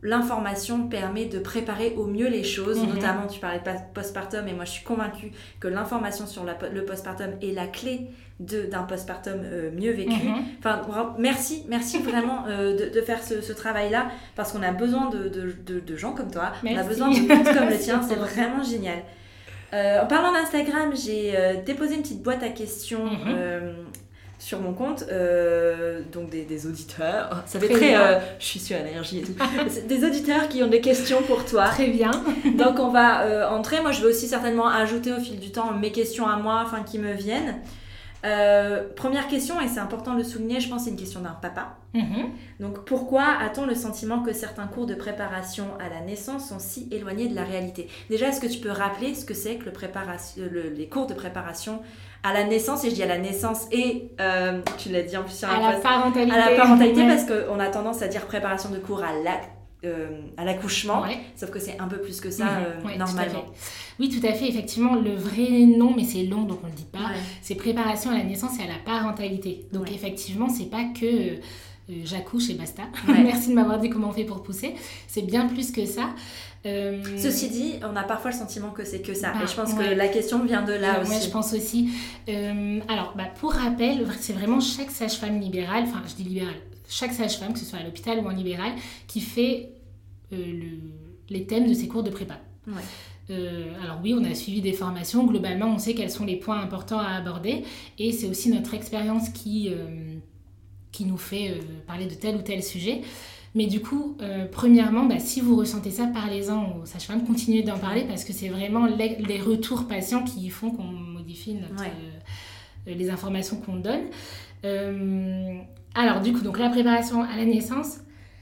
l'information permet de préparer au mieux les choses, Mhm. notamment tu parlais de postpartum et moi je suis convaincue que l'information sur la, le postpartum est la clé de, d'un postpartum euh, mieux vécu. Mhm. Enfin, vraiment, merci, merci vraiment euh, de, de faire ce, ce travail-là parce qu'on a besoin de, de, de, de gens comme toi, Merci. on a besoin de comptes comme le tien, C'est c'est trop vraiment génial. Euh, en parlant d'Instagram, j'ai euh, déposé une petite boîte à questions Mhm. euh, sur mon compte, euh, donc des, des auditeurs. Ça fait Très très, bien. euh, je suis sur énergie et tout. C'est des auditeurs qui ont des questions pour toi. Très bien. Donc on va euh, entrer. Moi, je vais aussi certainement ajouter au fil du temps mes questions à moi, enfin qui me viennent. Euh, première question, et c'est important de le souligner, je pense que c'est une question d'un papa. Mhm. Donc pourquoi a-t-on le sentiment que certains cours de préparation à la naissance sont si éloignés de la réalité ? Déjà, est-ce que tu peux rappeler ce que c'est que le préparation, le, les cours de préparation à la naissance ? Et je dis à la naissance et, euh, tu l'as dit en plus sur À un la post, parentalité. à la parentalité, Ouais. parce qu'on a tendance à dire préparation de cours à la, euh, à l'accouchement, Ouais. sauf que c'est un peu plus que ça Mhm. euh, Ouais, tout à normalement. fait. Oui, tout à fait. Effectivement, le vrai nom, mais c'est long, donc on ne le dit pas, Ouais. c'est préparation à la naissance et à la parentalité. Donc Ouais. effectivement, c'est pas que euh, euh, j'accouche et basta. Ouais. Merci de m'avoir dit comment on fait pour pousser. C'est bien plus que ça. Euh, Ceci dit, on a parfois le sentiment que c'est que ça. Bah, et je pense ouais. que la question vient de là Ouais, aussi. ouais, je pense aussi. Euh, alors, bah, pour rappel, c'est vraiment chaque sage-femme libérale, enfin, je dis libérale, chaque sage-femme, que ce soit à l'hôpital ou en libéral, qui fait euh, le, les thèmes de ses cours de prépa. Ouais. Euh, alors oui, on a suivi des formations. Globalement, on sait quels sont les points importants à aborder. Et c'est aussi notre expérience qui, euh, qui nous fait euh, parler de tel ou tel sujet. Mais du coup, euh, premièrement, bah, si vous ressentez ça, parlez-en aux sages-femmes, continuez d'en parler parce que c'est vraiment les, les retours patients qui font qu'on modifie notre, Ouais. euh, les informations qu'on donne. Euh, alors du coup, donc la préparation à la naissance...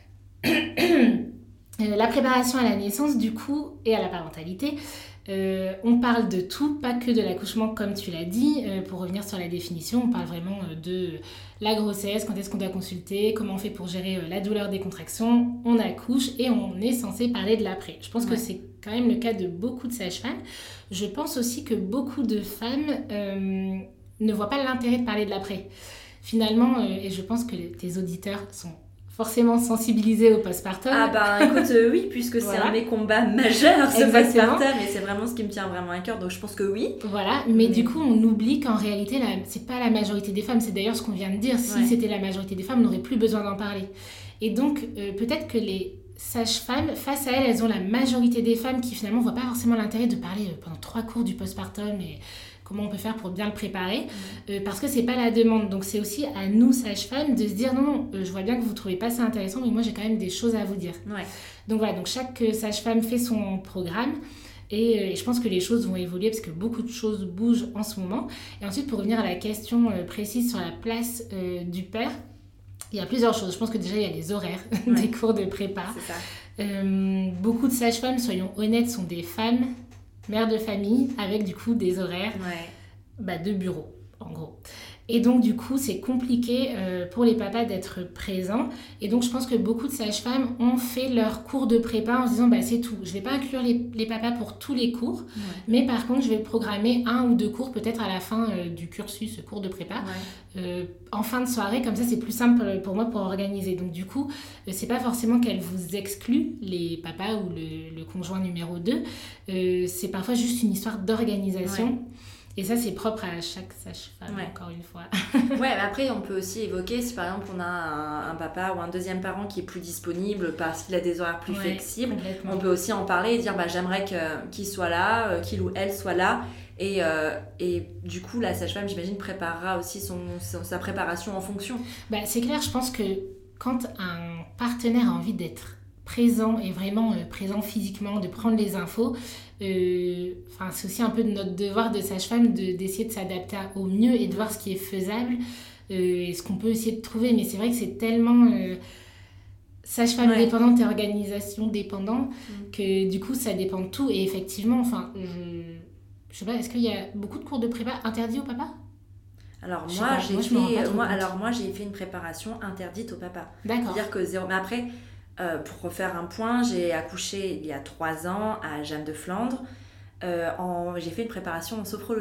Euh, la préparation à la naissance, du coup, et à la parentalité, euh, on parle de tout, pas que de l'accouchement, comme tu l'as dit. Euh, pour revenir sur la définition, on parle vraiment euh, de la grossesse, quand est-ce qu'on doit consulter, comment on fait pour gérer euh, la douleur des contractions, on accouche et on est censé parler de l'après. Je pense Ouais. que c'est quand même le cas de beaucoup de sages-femmes. Je pense aussi que beaucoup de femmes euh, ne voient pas l'intérêt de parler de l'après. Finalement, euh, et je pense que tes auditeurs sont forcément sensibilisés au postpartum. Ah bah écoute, euh, oui, puisque c'est Voilà. un de mes combats majeurs, ce Exactement. postpartum, et c'est vraiment ce qui me tient vraiment à cœur, donc je pense que oui. Voilà, mais Mais- du coup, on oublie qu'en réalité, la... c'est pas la majorité des femmes. C'est d'ailleurs ce qu'on vient de dire. Si Ouais. c'était la majorité des femmes, on n'aurait plus besoin d'en parler. Et donc, euh, peut-être que les sages-femmes, face à elles, elles ont la majorité des femmes qui finalement ne voient pas forcément l'intérêt de parler euh, pendant trois cours du postpartum et comment on peut faire pour bien le préparer, euh, parce que c'est pas la demande. Donc c'est aussi à nous, sages-femmes, de se dire non, non, euh, je vois bien que vous trouvez pas ça intéressant, mais moi j'ai quand même des choses à vous dire. Ouais. Donc voilà, donc chaque euh, sage-femme fait son programme. Et, euh, et je pense que les choses vont évoluer parce que beaucoup de choses bougent en ce moment. Et ensuite, pour revenir à la question euh, précise sur la place euh, du père, il y a plusieurs choses. Je pense que déjà, il y a les horaires Ouais. des cours de prépa. C'est ça. Euh, beaucoup de sages-femmes, soyons honnêtes, sont des femmes, mères de famille, avec du coup des horaires Ouais. bah, de bureau, en gros. Et donc, du coup, c'est compliqué euh, pour les papas d'être présents. Et donc, je pense que beaucoup de sages-femmes ont fait leur cours de prépa en se disant, bah, c'est tout. Je ne vais pas inclure les, les papas pour tous les cours, Ouais. mais par contre, je vais programmer un ou deux cours, peut-être à la fin euh, du cursus, cours de prépa, Ouais. euh, en fin de soirée. Comme ça, c'est plus simple pour moi pour organiser. Donc, du coup, euh, c'est pas forcément qu'elles vous excluent, les papas ou le, le conjoint numéro deux. Euh, c'est parfois juste une histoire d'organisation. Ouais. Et ça, c'est propre à chaque sage-femme, Ouais. encore une fois. Ouais, mais après, on peut aussi évoquer si par exemple on a un, un papa ou un deuxième parent qui est plus disponible parce qu'il a des horaires plus Ouais, flexibles, complètement. on peut aussi en parler et dire bah, j'aimerais que- qu'il soit là, euh, qu'il ou elle soit là. Et, euh, et du coup, la sage-femme, j'imagine, préparera aussi son, son- sa préparation en fonction. Bah, c'est clair, je pense que quand un partenaire a envie d'être présent et vraiment euh, présent physiquement, de prendre les infos, euh, enfin, c'est aussi un peu de notre devoir de sage-femme de, d'essayer de s'adapter à- au mieux et de voir ce qui est faisable euh, et ce qu'on peut essayer de trouver. Mais c'est vrai que c'est tellement euh, sage-femme Ouais. dépendante et organisation dépendant Mm. que du coup, ça dépend de tout. Et effectivement, enfin, je, je sais pas, est-ce qu'il y a beaucoup de cours de prépa interdits au papa ? Alors Je sais moi, pas, j'ai moi, je me rends pas fait, trop moi, compte. alors moi, j'ai fait une préparation interdite au papa. D'accord. C'est-à-dire que zéro. Mais après, euh, pour refaire un point, j'ai accouché il y a trois ans à Jeanne de Flandre. Euh, en... J'ai fait une préparation en sophrologie.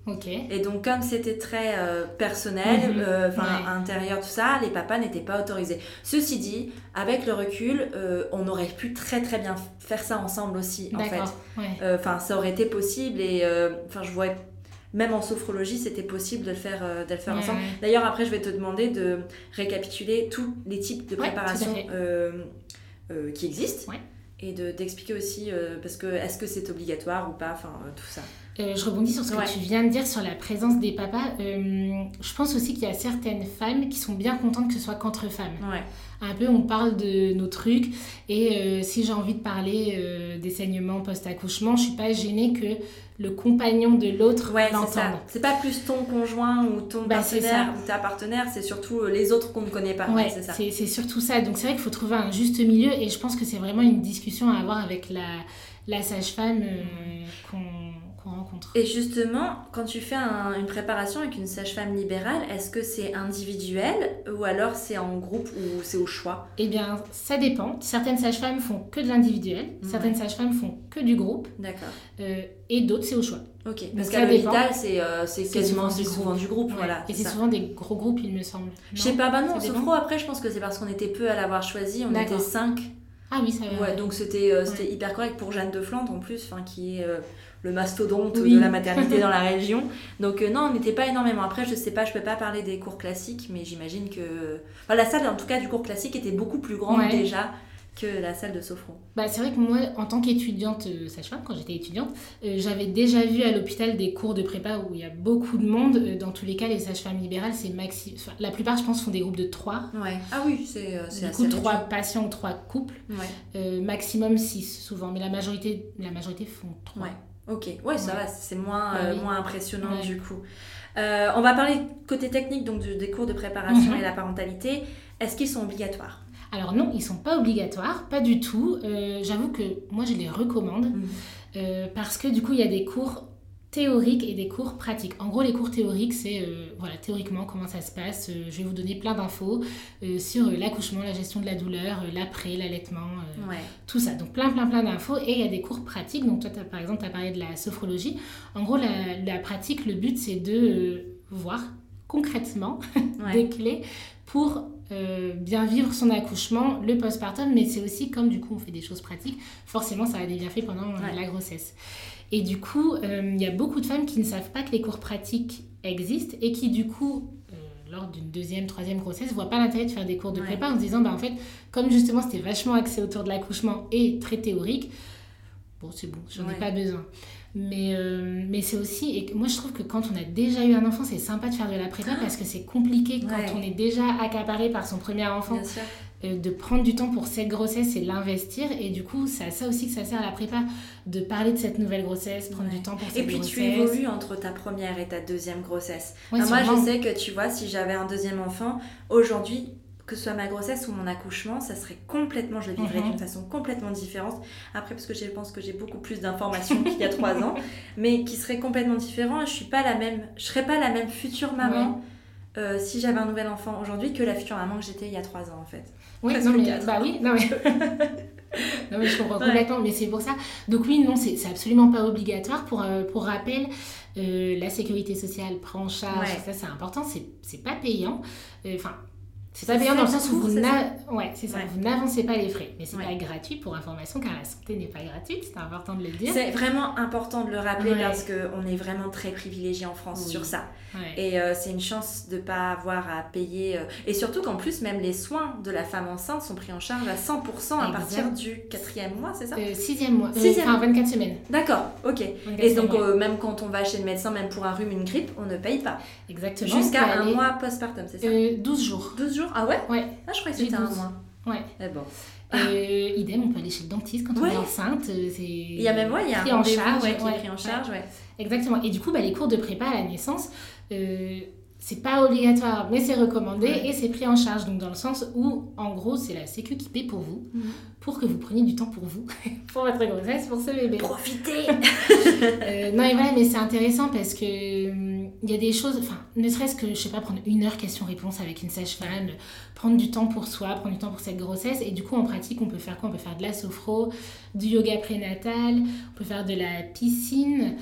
Ok. Et donc, comme c'était très euh, personnel, Mhm. euh, enfin Ouais. intérieur, tout ça, les papas n'étaient pas autorisés. Ceci dit, avec le recul, euh, on aurait pu très très bien faire ça ensemble aussi, en fait. D'accord. Ouais. Enfin, ça aurait été possible et euh, enfin, je vois, même en sophrologie, c'était possible de le faire, euh, de le faire Ouais, ensemble. ouais. D'ailleurs, après, je vais te demander de récapituler tous les types de Ouais, préparation tout à fait. euh, euh, qui existent Ouais. et de, d'expliquer aussi, euh, parce que est-ce que c'est obligatoire ou pas, enfin, euh, tout ça. Euh, je rebondis sur ce que Ouais. tu viens de dire sur la présence des papas. Euh, je pense aussi qu'il y a certaines femmes qui sont bien contentes que ce soit qu'entre femmes. Ouais. Un peu, on parle de nos trucs. Et euh, si j'ai envie de parler euh, des saignements post-accouchement, je suis pas gênée que le compagnon de l'autre Ouais, c'est l'entende. ça. C'est pas plus ton conjoint ou ton Bah, c'est partenaire ou ta partenaire, c'est surtout euh, les autres qu'on ne connaît pas. Ouais, c'est ça. c'est, c'est surtout ça. Donc c'est vrai qu'il faut trouver un juste milieu et je pense que c'est vraiment une discussion à avoir avec la, la sage-femme euh, qu'on, qu'on rencontre. Et justement, quand tu fais un- une préparation avec une sage-femme libérale, est-ce que c'est individuel ou alors c'est en groupe ou c'est au choix? Eh bien, ça dépend. Certaines sages-femmes font que de l'individuel, Ouais. certaines sages-femmes font que du groupe D'accord. euh, et d'autres c'est au choix. Ok. Donc Parce ça qu'à dépend. l'hôpital, c'est euh, c'est C'est quasiment souvent c'est du souvent groupe. du groupe, Ouais. voilà. Et c'est c'est ça. souvent des gros groupes, il me semble. Je sais pas, bah non, Ça dépend. Sophro, après, je pense que c'est parce qu'on était peu à l'avoir choisi, on D'accord. était cinq. Ah oui, ça va. Ouais, donc c'était euh, c'était Ouais. hyper correct pour Jeanne de Flandre en plus, enfin, qui est euh, le mastodonte Oui. de la maternité dans la région. Donc euh, non, on n'était pas énormément. Après, je sais pas, je peux pas parler des cours classiques, mais j'imagine que... Enfin, la salle, en tout cas, du cours classique était beaucoup plus grande Ouais. déjà que la salle de Sophro. Bah, c'est vrai que moi, en tant qu'étudiante euh, sage-femme, quand j'étais étudiante, euh, j'avais déjà vu à l'hôpital des cours de prépa où il y a beaucoup de monde. Euh, dans tous les cas, les sages-femmes libérales, c'est maxi... enfin, la plupart, je pense, font des groupes de trois. Ouais. Ah oui, c'est euh, c'est Du assez coup, trois réduit. patients ou trois couples. Ouais. Euh, maximum six, souvent. Mais la majorité, la majorité font trois. Ouais. Ok, ouais, ça Ouais. va, c'est moins, Bah euh, oui. moins impressionnant Ouais. du coup. Euh, on va parler côté technique, donc du- des cours de préparation Mhm. et la parentalité. Est-ce qu'ils sont obligatoires? Alors non, ils sont pas obligatoires, pas du tout. Euh, j'avoue que moi, je les recommande. Mhm. Euh, parce que du coup, il y a des cours théoriques et des cours pratiques. En gros, les cours théoriques, c'est euh, voilà, théoriquement comment ça se passe. Euh, je vais vous donner plein d'infos euh, sur euh, l'accouchement, la gestion de la douleur, euh, l'après, l'allaitement, euh, Ouais. tout ça. Donc plein, plein, plein d'infos. Et il y a des cours pratiques. Donc toi, t'as- par exemple, tu as parlé de la sophrologie. En gros, la, la pratique, le but, c'est de euh, voir concrètement Ouais. des clés pour euh, bien vivre son accouchement, le postpartum, mais c'est aussi comme du coup on fait des choses pratiques, forcément ça a des bienfaits pendant euh, Ouais. la grossesse. Et du coup, euh, il y a beaucoup de femmes qui ne savent pas que les cours pratiques existent et qui du coup, euh, lors d'une deuxième, troisième grossesse, ne voient pas l'intérêt de faire des cours de Ouais. prépa en se disant, bah, en fait, comme justement c'était vachement axé autour de l'accouchement et très théorique, bon c'est bon, j'en Ouais. ai pas besoin. Mais, euh, mais c'est aussi, et moi je trouve que quand on a déjà eu un enfant, c'est sympa de faire de la prépa parce que c'est compliqué quand Ouais. on est déjà accaparé par son premier enfant, Bien sûr. euh, de prendre du temps pour cette grossesse et l'investir. Et du coup, c'est à ça aussi que ça sert à la prépa, de parler de cette nouvelle grossesse, prendre Ouais. du temps pour Et cette puis grossesse. tu évolues entre ta première et ta deuxième grossesse. Ouais, Enfin, moi, sûrement. je sais que tu vois, si j'avais un deuxième enfant, aujourd'hui, que ce soit ma grossesse ou mon accouchement, ça serait complètement, je le vivrais Mhm. d'une façon complètement différente. Après, parce que je pense que j'ai beaucoup plus d'informations qu'il y a trois ans, mais qui serait complètement différent. Je suis pas la même, je serais pas la même future maman euh, si j'avais un nouvel enfant aujourd'hui que la future maman que j'étais il y a trois ans en fait. Oui, Presque non, mais, quatre. bah oui, non mais... non mais je comprends Ouais. complètement, mais c'est pour ça. Donc oui, non, c'est c'est absolument pas obligatoire. Pour, euh, pour rappel, euh, la sécurité sociale prend en charge, Ouais. ça c'est important, c'est c'est pas payant. Euh, Enfin, c'est pas C'est payant dans le fait sens où pour, vous c'est n'a- ouais, c'est ça, Ouais. vous n'avancez pas les frais. Mais c'est Ouais. pas gratuit pour information, car la santé n'est pas gratuite, c'est important de le dire. C'est vraiment important de le rappeler Ouais. parce qu'on est vraiment très privilégiés en France Oui. sur ça. Ouais. Et euh, c'est une chance de ne pas avoir à payer. euh, Et surtout qu'en plus, même les soins de la femme enceinte sont pris en charge à cent pour cent à Exact. partir du quatrième mois, c'est ça? Euh, sixième mois, euh, Sixième. enfin vingt-quatre semaines. D'accord, ok. vingt-quatre Et donc, semaines, ouais. euh, même quand on va chez le médecin, même pour un rhume, une grippe, on ne paye pas. Exactement. Jusqu'à on peut un aller- mois postpartum, c'est ça? Euh, douze jours. douze jours? Ah ouais? Ouais, Ah, je croyais que J'ai c'était un douze. mois. ouais. Eh bon. Euh, idem, on peut aller chez le dentiste quand Ouais. on est enceinte. euh, c'est... Il y a même, ouais, il y a pris un en rendez-vous charge, ouais, qui ouais, est pris en charge, ouais. Exactement. Et du coup, bah, les cours de prépa à la naissance, euh, c'est pas obligatoire, mais c'est recommandé Ouais. et c'est pris en charge. Donc, dans le sens où, en gros, c'est la Sécu qui paie pour vous, Mhm. pour que vous preniez du temps pour vous, pour votre grossesse, pour ce bébé. Profitez! Euh, non, et voilà, mais c'est intéressant parce que hum, il y a des choses, enfin, ne serait-ce que, je sais pas, prendre une heure question-réponse avec une sage-femme, prendre du temps pour soi, prendre du temps pour cette grossesse. Et du coup, en pratique, on peut faire quoi? On peut faire de la sophro, du yoga prénatal, on peut faire de la piscine.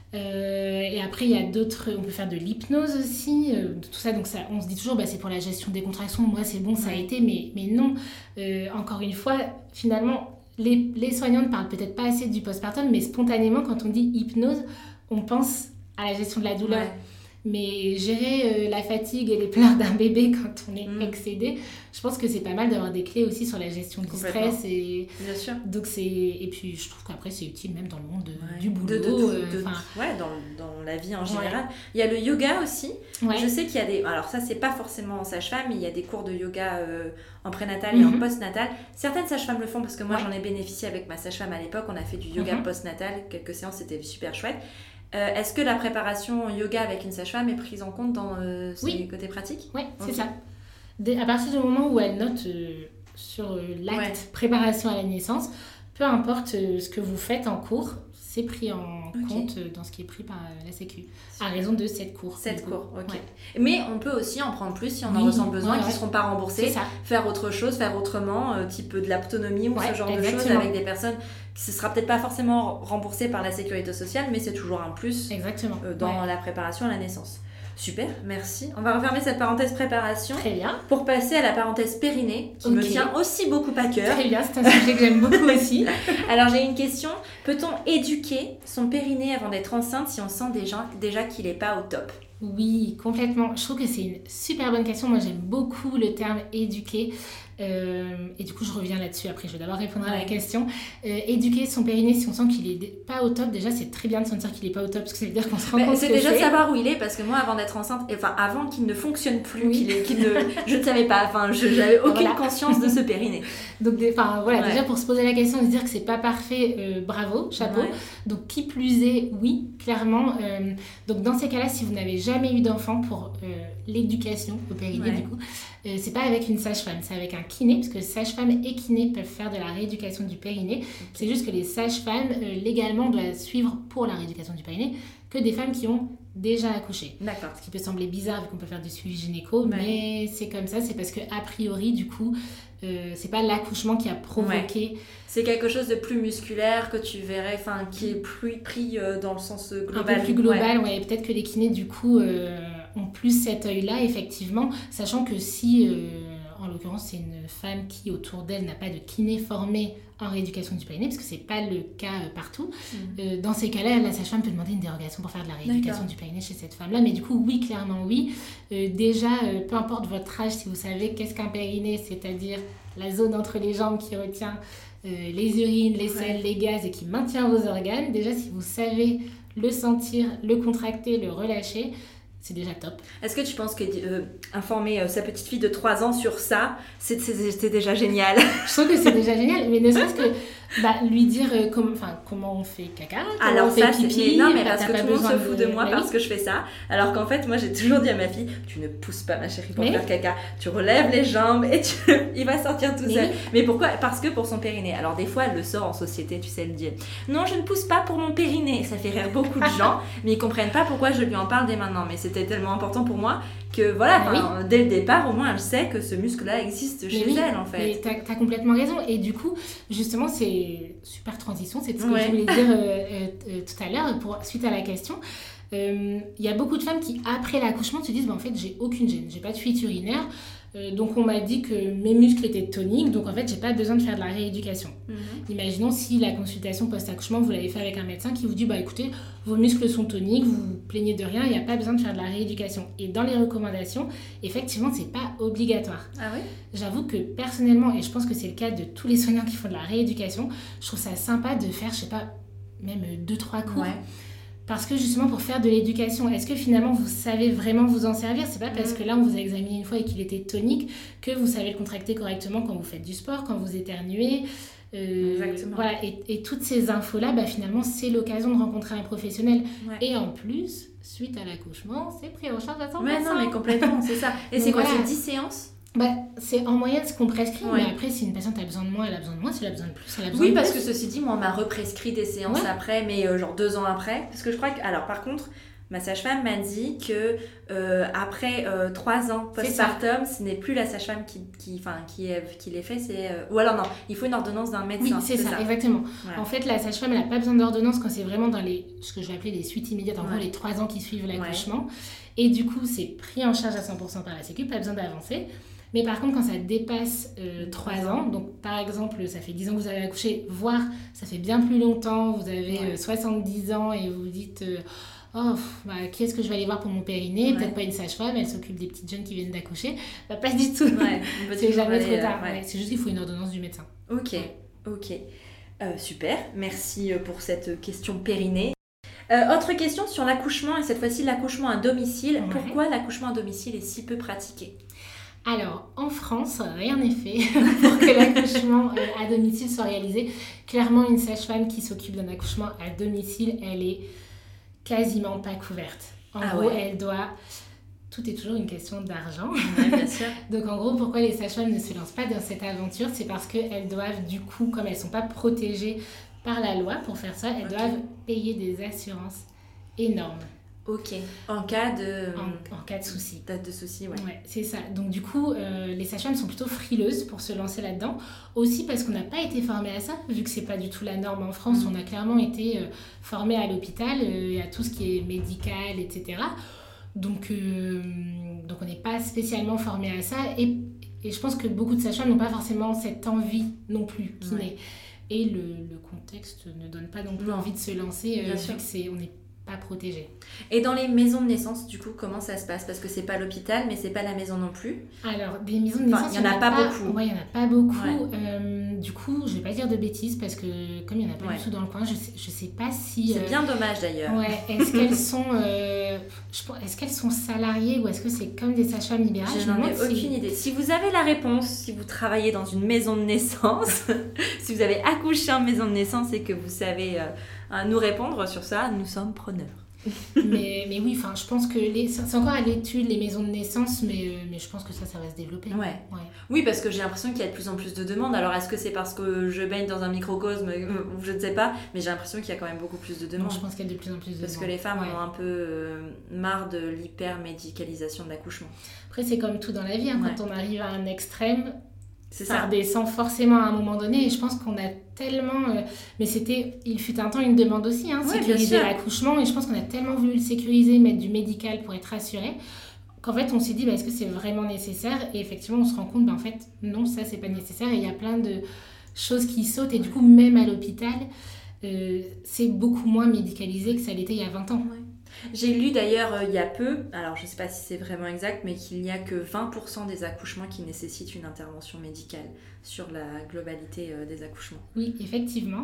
Euh, et après, il y a d'autres... On peut faire de l'hypnose aussi, euh, de tout ça. Donc, ça, on se dit toujours, bah, c'est pour la gestion des contractions. Moi, c'est bon, ça a été. Mais, mais non. Euh, encore une fois, finalement, les, les soignants ne parlent peut-être pas assez du postpartum, mais spontanément, quand on dit hypnose, on pense à la gestion de la douleur. Ouais. Mais gérer euh, la fatigue et les pleurs d'un bébé quand on est mmh. excédé, je pense que c'est pas mal d'avoir des clés aussi sur la gestion du stress. Et... Bien sûr. Donc c'est... Et puis je trouve qu'après c'est utile même dans le monde de, ouais. du boulot. De, de, de, euh, de, ouais, dans, dans la vie en général. Ouais. Il y a le yoga aussi. Ouais. Je sais qu'il y a des... Alors ça c'est pas forcément en sage-femme, mais il y a des cours de yoga euh, en prénatal et mmh. en post-natal. Certaines sages-femmes le font parce que moi ouais. j'en ai bénéficié avec ma sage-femme à l'époque. On a fait du yoga mmh. post-natal, quelques séances, c'était super chouette. Euh, est-ce que la préparation yoga avec une sage-femme est prise en compte dans euh, ses oui. côtés pratiques ? Oui, okay. c'est ça. Dès, à partir du moment où elle note euh, sur euh, l'acte ouais. préparation à la naissance, peu importe euh, ce que vous faites en cours, c'est pris en okay. compte euh, dans ce qui est pris par euh, la Sécu, à raison de sept cours. sept cours, ok. Ouais. Mais on peut aussi en prendre plus si on oui. en ressent besoin, ouais, qui ne ouais. seront pas remboursés, faire autre chose, faire autrement, euh, type de l'autonomie ou ouais, ce genre exactement. de choses avec des personnes qui ne sera peut-être pas forcément remboursé par la sécurité sociale, mais c'est toujours un plus exactement. Euh, dans ouais. la préparation à la naissance. Super, merci. On va refermer cette parenthèse préparation. Très bien. Pour passer à la parenthèse périnée, qui okay. me tient aussi beaucoup à cœur. Très bien, c'est un sujet que j'aime beaucoup aussi. Alors j'ai une question. Peut-on éduquer son périnée avant d'être enceinte si on sent déjà, déjà qu'il n'est pas au top ? Oui, complètement. Je trouve que c'est une super bonne question. Moi, j'aime beaucoup le terme éduquer. Euh, et du coup, je reviens là-dessus. Après, je vais d'abord répondre ouais. à la question. Euh, éduquer son périnée, si on sent qu'il est pas au top, déjà, c'est très bien de sentir qu'il est pas au top, parce que ça veut dire qu'on se rend mais compte c'est que déjà c'est... de savoir où il est, parce que moi, avant d'être enceinte, enfin, avant qu'il ne fonctionne plus, oui. qu'il est, qu'il ne, je ne savais pas. Enfin, je n'avais aucune voilà. conscience de ce périnée. Donc, enfin, voilà, ouais. déjà pour se poser la question, de se dire que c'est pas parfait, euh, bravo, chapeau. Ouais. Donc, qui plus est, oui, clairement. Euh, donc, dans ces cas-là, si vous n'avez jamais eu d'enfant, pour euh, l'éducation au périnée, ouais. du coup, euh, c'est pas avec une sage-femme, c'est avec un kiné, parce que sage-femme et kiné peuvent faire de la rééducation du périnée. Okay. C'est juste que les sages-femmes, euh, légalement, doivent suivre pour la rééducation du périnée que des femmes qui ont déjà accouché. D'accord. Ce qui peut sembler bizarre vu qu'on peut faire du suivi gynéco, ouais. mais c'est comme ça, c'est parce que a priori, du coup, euh, c'est pas l'accouchement qui a provoqué. Ouais. C'est quelque chose de plus musculaire que tu verrais, enfin, qui est plus pris euh, dans le sens global. Un peu plus global, ouais. ouais. Peut-être que les kinés, du coup, euh, ont plus cet œil-là, effectivement, sachant que si, euh, en l'occurrence, c'est une femme qui, autour d'elle, n'a pas de kiné formé en rééducation du périnée, parce que c'est pas le cas euh, partout. Mmh. Euh, dans ces cas-là, la sage-femme peut demander une dérogation pour faire de la rééducation D'accord. du périnée chez cette femme-là. Mais du coup, oui, clairement oui. Euh, déjà, euh, peu importe votre âge, si vous savez qu'est-ce qu'un périnée, c'est-à-dire la zone entre les jambes qui retient euh, les urines, les selles, ouais. les gaz et qui maintient vos organes, déjà, si vous savez le sentir, le contracter, le relâcher, c'est déjà top. Est-ce que tu penses que euh, informer euh, sa petite fille de trois ans sur ça, c'est, c'est, c'est déjà génial ? Je trouve que c'est déjà génial, mais ne serait-ce que bah, lui dire euh, com- comment on fait caca, comment alors on ça, fait pipi. C'est... Non, mais parce que tout le monde se fout de, de moi parce oui. que je fais ça. Alors qu'en fait, moi, j'ai toujours dit à ma fille, tu ne pousses pas, ma chérie, pour mais faire caca. Tu relèves les jambes et tu... il va sortir tout mais seul. Oui. Mais pourquoi ? Parce que pour son périnée. Alors des fois, elle le sort en société, tu sais, elle me dit, non, je ne pousse pas pour mon périnée. Ça fait rire beaucoup de gens, mais ils comprennent pas pourquoi je lui en parle dès maintenant. Mais c'était tellement important pour moi que voilà, oui. dès le départ, au moins, elle sait que ce muscle-là existe mais chez oui, elle, en fait. Mais t'as, t'as complètement raison. Et du coup, justement, c'est super transition. C'est ce que ouais. je voulais dire euh, euh, euh, tout à l'heure, pour, suite à la question. Il euh, y a beaucoup de femmes qui, après l'accouchement, se disent bah, en fait, j'ai aucune gêne, j'ai pas de fuite urinaire. Euh, donc, on m'a dit que mes muscles étaient toniques, donc en fait, j'ai pas besoin de faire de la rééducation. Mm-hmm. Imaginons si la consultation post-accouchement, vous l'avez fait avec un médecin qui vous dit bah écoutez, vos muscles sont toniques, vous vous plaignez de rien, il n'y a pas besoin de faire de la rééducation. Et dans les recommandations, effectivement, c'est pas obligatoire. Ah oui ? J'avoue que personnellement, et je pense que c'est le cas de tous les soignants qui font de la rééducation, je trouve ça sympa de faire, je sais pas, même deux trois cours. Ouais. Parce que justement, pour faire de l'éducation, est-ce que finalement vous savez vraiment vous en servir ? C'est pas parce que là on vous a examiné une fois et qu'il était tonique que vous savez le contracter correctement quand vous faites du sport, quand vous éternuez. Euh, Exactement. Voilà, et, et toutes ces infos-là, bah, finalement, c'est l'occasion de rencontrer un professionnel. Ouais. Et en plus, suite à l'accouchement, c'est pris en charge à cent pour cent. Ouais, non, mais complètement, c'est ça. Et donc, c'est quoi, voilà. C'est dix séances ? Bah, c'est en moyenne ce qu'on prescrit, ouais. mais après, si une patiente a besoin de moins, elle a besoin de moins. Si elle a besoin de plus, elle a besoin oui, de plus. Oui, parce que ceci dit, moi, on m'a represcrit des séances ouais. après, mais euh, genre deux ans après. Parce que je crois que... Alors, par contre, Ma sage-femme m'a dit que euh, après euh, trois ans postpartum, ce n'est plus la sage-femme qui, qui, enfin, qui, est, qui les fait, c'est euh... ou alors non, il faut une ordonnance d'un médecin. Oui, c'est, c'est ça, ça, exactement. Voilà. En fait, la sage-femme, elle n'a pas besoin d'ordonnance quand c'est vraiment dans les, ce que je vais appeler les suites immédiates, en ouais. gros les trois ans qui suivent l'accouchement. Ouais. Et du coup, c'est pris en charge à cent pour cent par la Sécu, pas besoin d'avancer. Mais par contre, quand ça dépasse euh, trois ans, donc par exemple, ça fait dix ans que vous avez accouché, voire ça fait bien plus longtemps, vous avez ouais. euh, soixante-dix ans et vous vous dites... Euh, oh, bah, qui est-ce que je vais aller voir pour mon périnée? Ouais. Peut-être pas une sage-femme, elle s'occupe des petites jeunes qui viennent d'accoucher. Bah, pas du tout. Ouais, c'est jamais aller, trop tard. Euh, ouais. Ouais, c'est juste qu'il faut une ordonnance du médecin. Ok, ouais. ok. Euh, super, merci pour cette question périnée. Euh, autre question sur l'accouchement, et cette fois-ci l'accouchement à domicile. Ouais. Pourquoi l'accouchement à domicile est si peu pratiqué? Alors, en France, rien n'est fait pour que l'accouchement à domicile soit réalisé. Clairement, une sage-femme qui s'occupe d'un accouchement à domicile, elle est quasiment pas couverte. En ah gros, ouais. elle doit... Tout est toujours une question d'argent. Ouais, bien sûr. Donc, en gros, pourquoi les sages-femmes ne se lancent pas dans cette aventure? C'est parce qu'elles doivent, du coup, comme elles ne sont pas protégées par la loi pour faire ça, elles okay. doivent payer des assurances énormes. Ok, en cas de... En, en cas de souci. Date de souci, ouais. Ouais, c'est ça. Donc du coup, euh, les sages-femmes sont plutôt frileuses pour se lancer là-dedans. Aussi parce qu'on n'a pas été formés à ça, vu que c'est pas du tout la norme en France. Mmh. On a clairement été euh, formés à l'hôpital, euh, à tout ce qui est médical, et cetera. Donc, euh, donc on n'est pas spécialement formés à ça. Et, et je pense que beaucoup de sages-femmes n'ont pas forcément cette envie non plus qui ouais. naît. Et le, le contexte ne donne pas non plus non. envie de se lancer, euh, vu que c'est, on est pas protégé. Et dans les maisons de naissance, du coup, comment ça se passe? Parce que c'est pas l'hôpital, mais c'est pas la maison non plus. Alors, des maisons de naissance, enfin, il y en a, a pas, pas beaucoup. Ouais, il y en a pas beaucoup. Ouais. Euh, du coup, je vais pas dire de bêtises parce que comme il y en a pas ouais. du tout dans le coin, je sais, je sais pas si. C'est euh... bien dommage d'ailleurs. Ouais. Est-ce qu'elles sont, euh... je... est-ce qu'elles sont salariées ou est-ce que c'est comme des sages-femmes libérales? Je n'en ai aucune si... idée. Si vous avez la réponse, si vous travaillez dans une maison de naissance, si vous avez accouché en maison de naissance et que vous savez euh, nous répondre sur ça, nous sommes preneurs. mais, mais oui, je pense que les, c'est encore à l'étude les maisons de naissance, mais, euh, mais je pense que ça, ça va se développer. Ouais. ouais. Oui, parce que j'ai l'impression qu'il y a de plus en plus de demandes. Alors, est-ce que c'est parce que je baigne dans un microcosme? Je ne sais pas, mais j'ai l'impression qu'il y a quand même beaucoup plus de demandes. Non, je pense qu'il y a de plus en plus de parce demandes. Parce que les femmes ouais. ont un peu euh, marre de l'hyper-médicalisation de l'accouchement. Après, c'est comme tout dans la vie, hein, ouais. quand on arrive à un extrême... C'est ça ça. redescend forcément à un moment donné et je pense qu'on a tellement euh, mais c'était il fut un temps une demande aussi hein, ouais, sécuriser l'accouchement et je pense qu'on a tellement voulu le sécuriser, mettre du médical pour être rassuré qu'en fait on s'est dit bah, est-ce que c'est vraiment nécessaire? Et effectivement on se rend compte bah, en fait non, ça c'est pas nécessaire et il y a plein de choses qui sautent et du coup même à l'hôpital euh, c'est beaucoup moins médicalisé que ça l'était il y a vingt ans. Ouais. J'ai lu d'ailleurs euh, il y a peu, alors je ne sais pas si c'est vraiment exact, mais qu'il n'y a que vingt pour cent des accouchements qui nécessitent une intervention médicale sur la globalité euh, des accouchements. Oui, effectivement.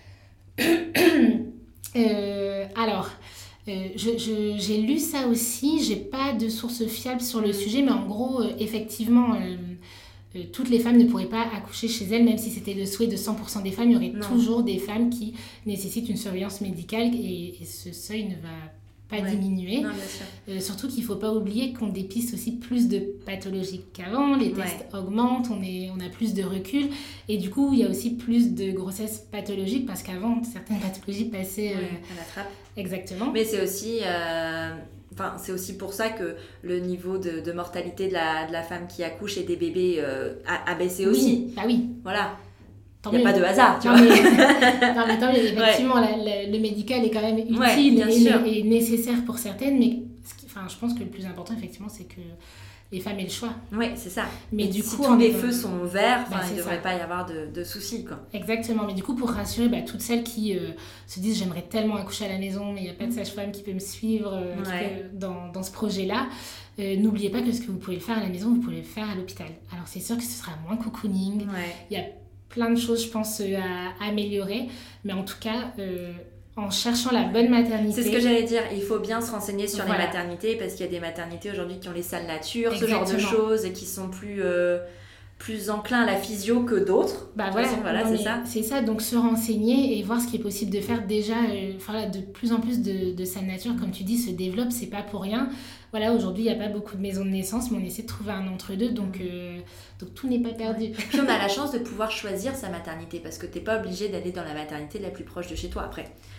euh, alors, euh, je, je, j'ai lu ça aussi, je n'ai pas de source fiable sur le sujet, mais en gros, euh, effectivement... Euh, Euh, toutes les femmes ne pourraient pas accoucher chez elles, même si c'était le souhait de cent pour cent des femmes, il y aurait non. toujours des femmes qui nécessitent une surveillance médicale et, et ce seuil ne va pas ouais. diminuer. Non, bien sûr. Euh, surtout qu'il ne faut pas oublier qu'on dépiste aussi plus de pathologies qu'avant, les tests ouais. augmentent, on, est, on a plus de recul et du coup il y a aussi plus de grossesses pathologiques parce qu'avant certaines pathologies passaient ouais, euh... à la trappe. Exactement. Mais c'est aussi... Euh... Enfin, c'est aussi pour ça que le niveau de, de mortalité de la, de la femme qui accouche et des bébés euh, a, a baissé aussi. Oui, bah oui. Voilà. Il n'y a pas de hasard, tu non, vois. Mais, non, mais tant, effectivement, ouais. la, la, le médical est quand même utile ouais, et, et nécessaire pour certaines, mais ce qui, enfin, je pense que le plus important, effectivement, c'est que les femmes aient le choix. Oui, c'est ça. Mais et du si coup, tous les feux sont verts, bah, il ne devrait ça. pas y avoir de, de soucis, quoi. Exactement. Mais du coup, pour rassurer bah, toutes celles qui euh, se disent « j'aimerais tellement accoucher à la maison, mais il n'y a pas de sage-femme qui peut me suivre euh, ouais. peut, dans, dans ce projet-là euh, », n'oubliez pas que ce que vous pouvez faire à la maison, vous pouvez le faire à l'hôpital. Alors, c'est sûr que ce sera moins cocooning. Ouais. Il y a plein de choses, je pense, euh, à, à améliorer. Mais en tout cas... Euh, en cherchant la bonne maternité. C'est ce que j'allais dire, il faut bien se renseigner sur voilà. les maternités parce qu'il y a des maternités aujourd'hui qui ont les salles nature, Exactement. ce genre de choses et qui sont plus, euh, plus enclins à la physio que d'autres. Bah voilà, façon, voilà non, c'est ça. C'est ça, donc se renseigner et voir ce qui est possible de faire déjà, euh, voilà, de plus en plus de, de salles nature, comme tu dis, se développe, c'est pas pour rien. Voilà, aujourd'hui, il n'y a pas beaucoup de maisons de naissance, mais on essaie de trouver un entre-deux, donc, euh, donc tout n'est pas perdu. Ouais. Puis on a la chance de pouvoir choisir sa maternité parce que tu n'es pas obligé d'aller dans la maternité la plus proche de chez toi après.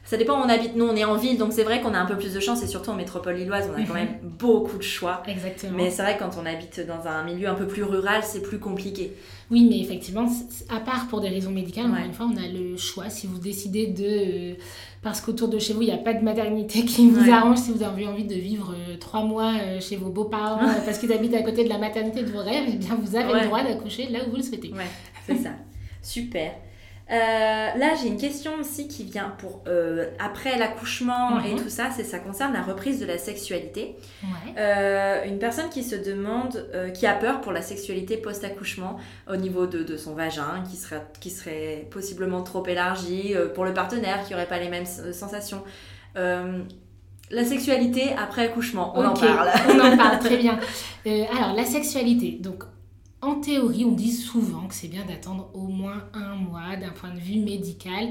Ça dépend où on habite. Nous, on est en ville, donc c'est vrai qu'on a un peu plus de chance, et surtout en métropole lilloise, on a quand même beaucoup de choix. Exactement. Mais c'est vrai que quand on habite dans un milieu un peu plus rural, c'est plus compliqué. Oui, mais effectivement, à part pour des raisons médicales, encore Ouais. une fois, on a le choix. Si vous décidez de... euh, parce qu'autour de chez vous, il n'y a pas de maternité qui vous Ouais. arrange, si vous avez envie de vivre euh, trois mois euh, chez vos beaux-parents euh, parce qu'ils habitent à côté de la maternité de vos rêves, eh bien, vous avez Ouais. le droit d'accoucher là où vous le souhaitez. Ouais, c'est ça. Super. Euh, là, j'ai une question aussi qui vient pour euh, après l'accouchement Mhm. et tout ça, c'est ça concerne la reprise de la sexualité. Ouais. Euh, une personne qui se demande, euh, qui a peur pour la sexualité post-accouchement au niveau de, de son vagin, qui serait, qui serait possiblement trop élargi, euh, pour le partenaire qui n'aurait pas les mêmes s- sensations. Euh, la sexualité après accouchement, on Ok, en parle. On en parle, très bien. Euh, alors, la sexualité. Donc, en théorie, on dit souvent que c'est bien d'attendre au moins un mois d'un point de vue médical.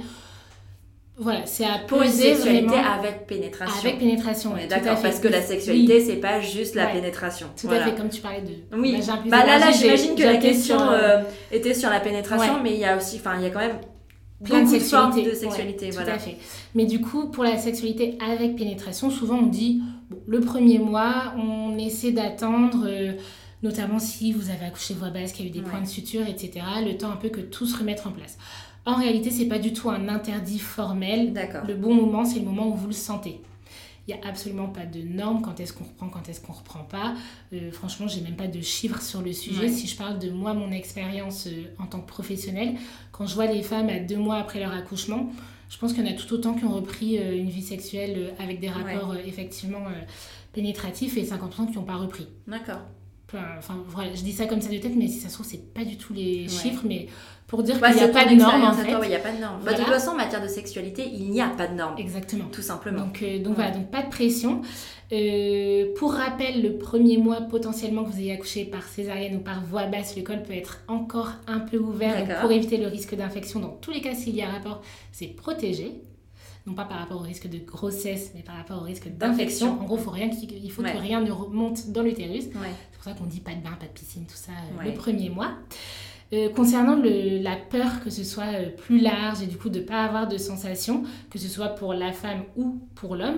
Voilà, c'est à Pour une poser sexualité vraiment avec pénétration. avec pénétration. On ouais, est tout à d'accord, fait. parce que la sexualité, Oui, c'est pas juste la Ouais. pénétration. tout Voilà. à fait, comme tu parlais de Oui, vagin plus bah là, là élargi, j'ai- j'imagine que la j'étais question sur, euh, euh, était sur la pénétration, Ouais. mais il y a aussi, enfin, il y a quand même plein de beaucoup de formes sexualité. de sexualité. Ouais, Voilà. Tout à fait. Mais du coup, pour la sexualité avec pénétration, souvent on dit bon, le premier mois, on essaie d'attendre, euh, notamment si vous avez accouché voix basse, qu'il y a eu des Ouais. points de suture, et cetera, le temps un peu que tout se remette en place. En réalité, c'est pas du tout un interdit formel. D'accord. Le bon moment, c'est le moment où vous le sentez. Il n'y a absolument pas de normes, quand est-ce qu'on reprend, quand est-ce qu'on reprend pas. Euh, franchement, j'ai même pas de chiffres sur le sujet. Ouais. Si je parle de moi, mon expérience euh, en tant que professionnelle, quand je vois les femmes à deux mois après leur accouchement, je pense qu'il y en a tout autant qui ont repris euh, une vie sexuelle euh, avec des rapports euh, effectivement euh, pénétratifs et cinquante pour cent qui n'ont pas repris. D'accord. Enfin, voilà, je dis ça comme ça de tête, mais si ça se trouve, c'est pas du tout les Ouais. chiffres, mais pour dire Ouais, qu'il n'y a c'est pas ton de normes en expérience à fait. toi, ouais, il n'y a pas de normes. Bah, de Voilà. toute façon, en matière de sexualité, il n'y a pas de normes. Exactement. Tout simplement. Donc, euh, donc voilà, donc pas de pression. Euh, pour rappel, le premier mois, potentiellement que vous ayez accouché par césarienne ou par voie basse, le col peut être encore un peu ouvert. Donc, D'accord. pour éviter le risque d'infection, dans tous les cas, s'il y a rapport, c'est protégé. Non pas par rapport au risque de grossesse, mais par rapport au risque d'infection. D'infection. En gros, faut rien qu'il- il faut Ouais. que rien ne remonte dans l'utérus. Ouais. C'est pour ça qu'on dit pas de bain, pas de piscine, tout ça, euh, Ouais. le premier mois. Euh, concernant le, la peur que ce soit euh, plus large et du coup de ne pas avoir de sensation, que ce soit pour la femme ou pour l'homme,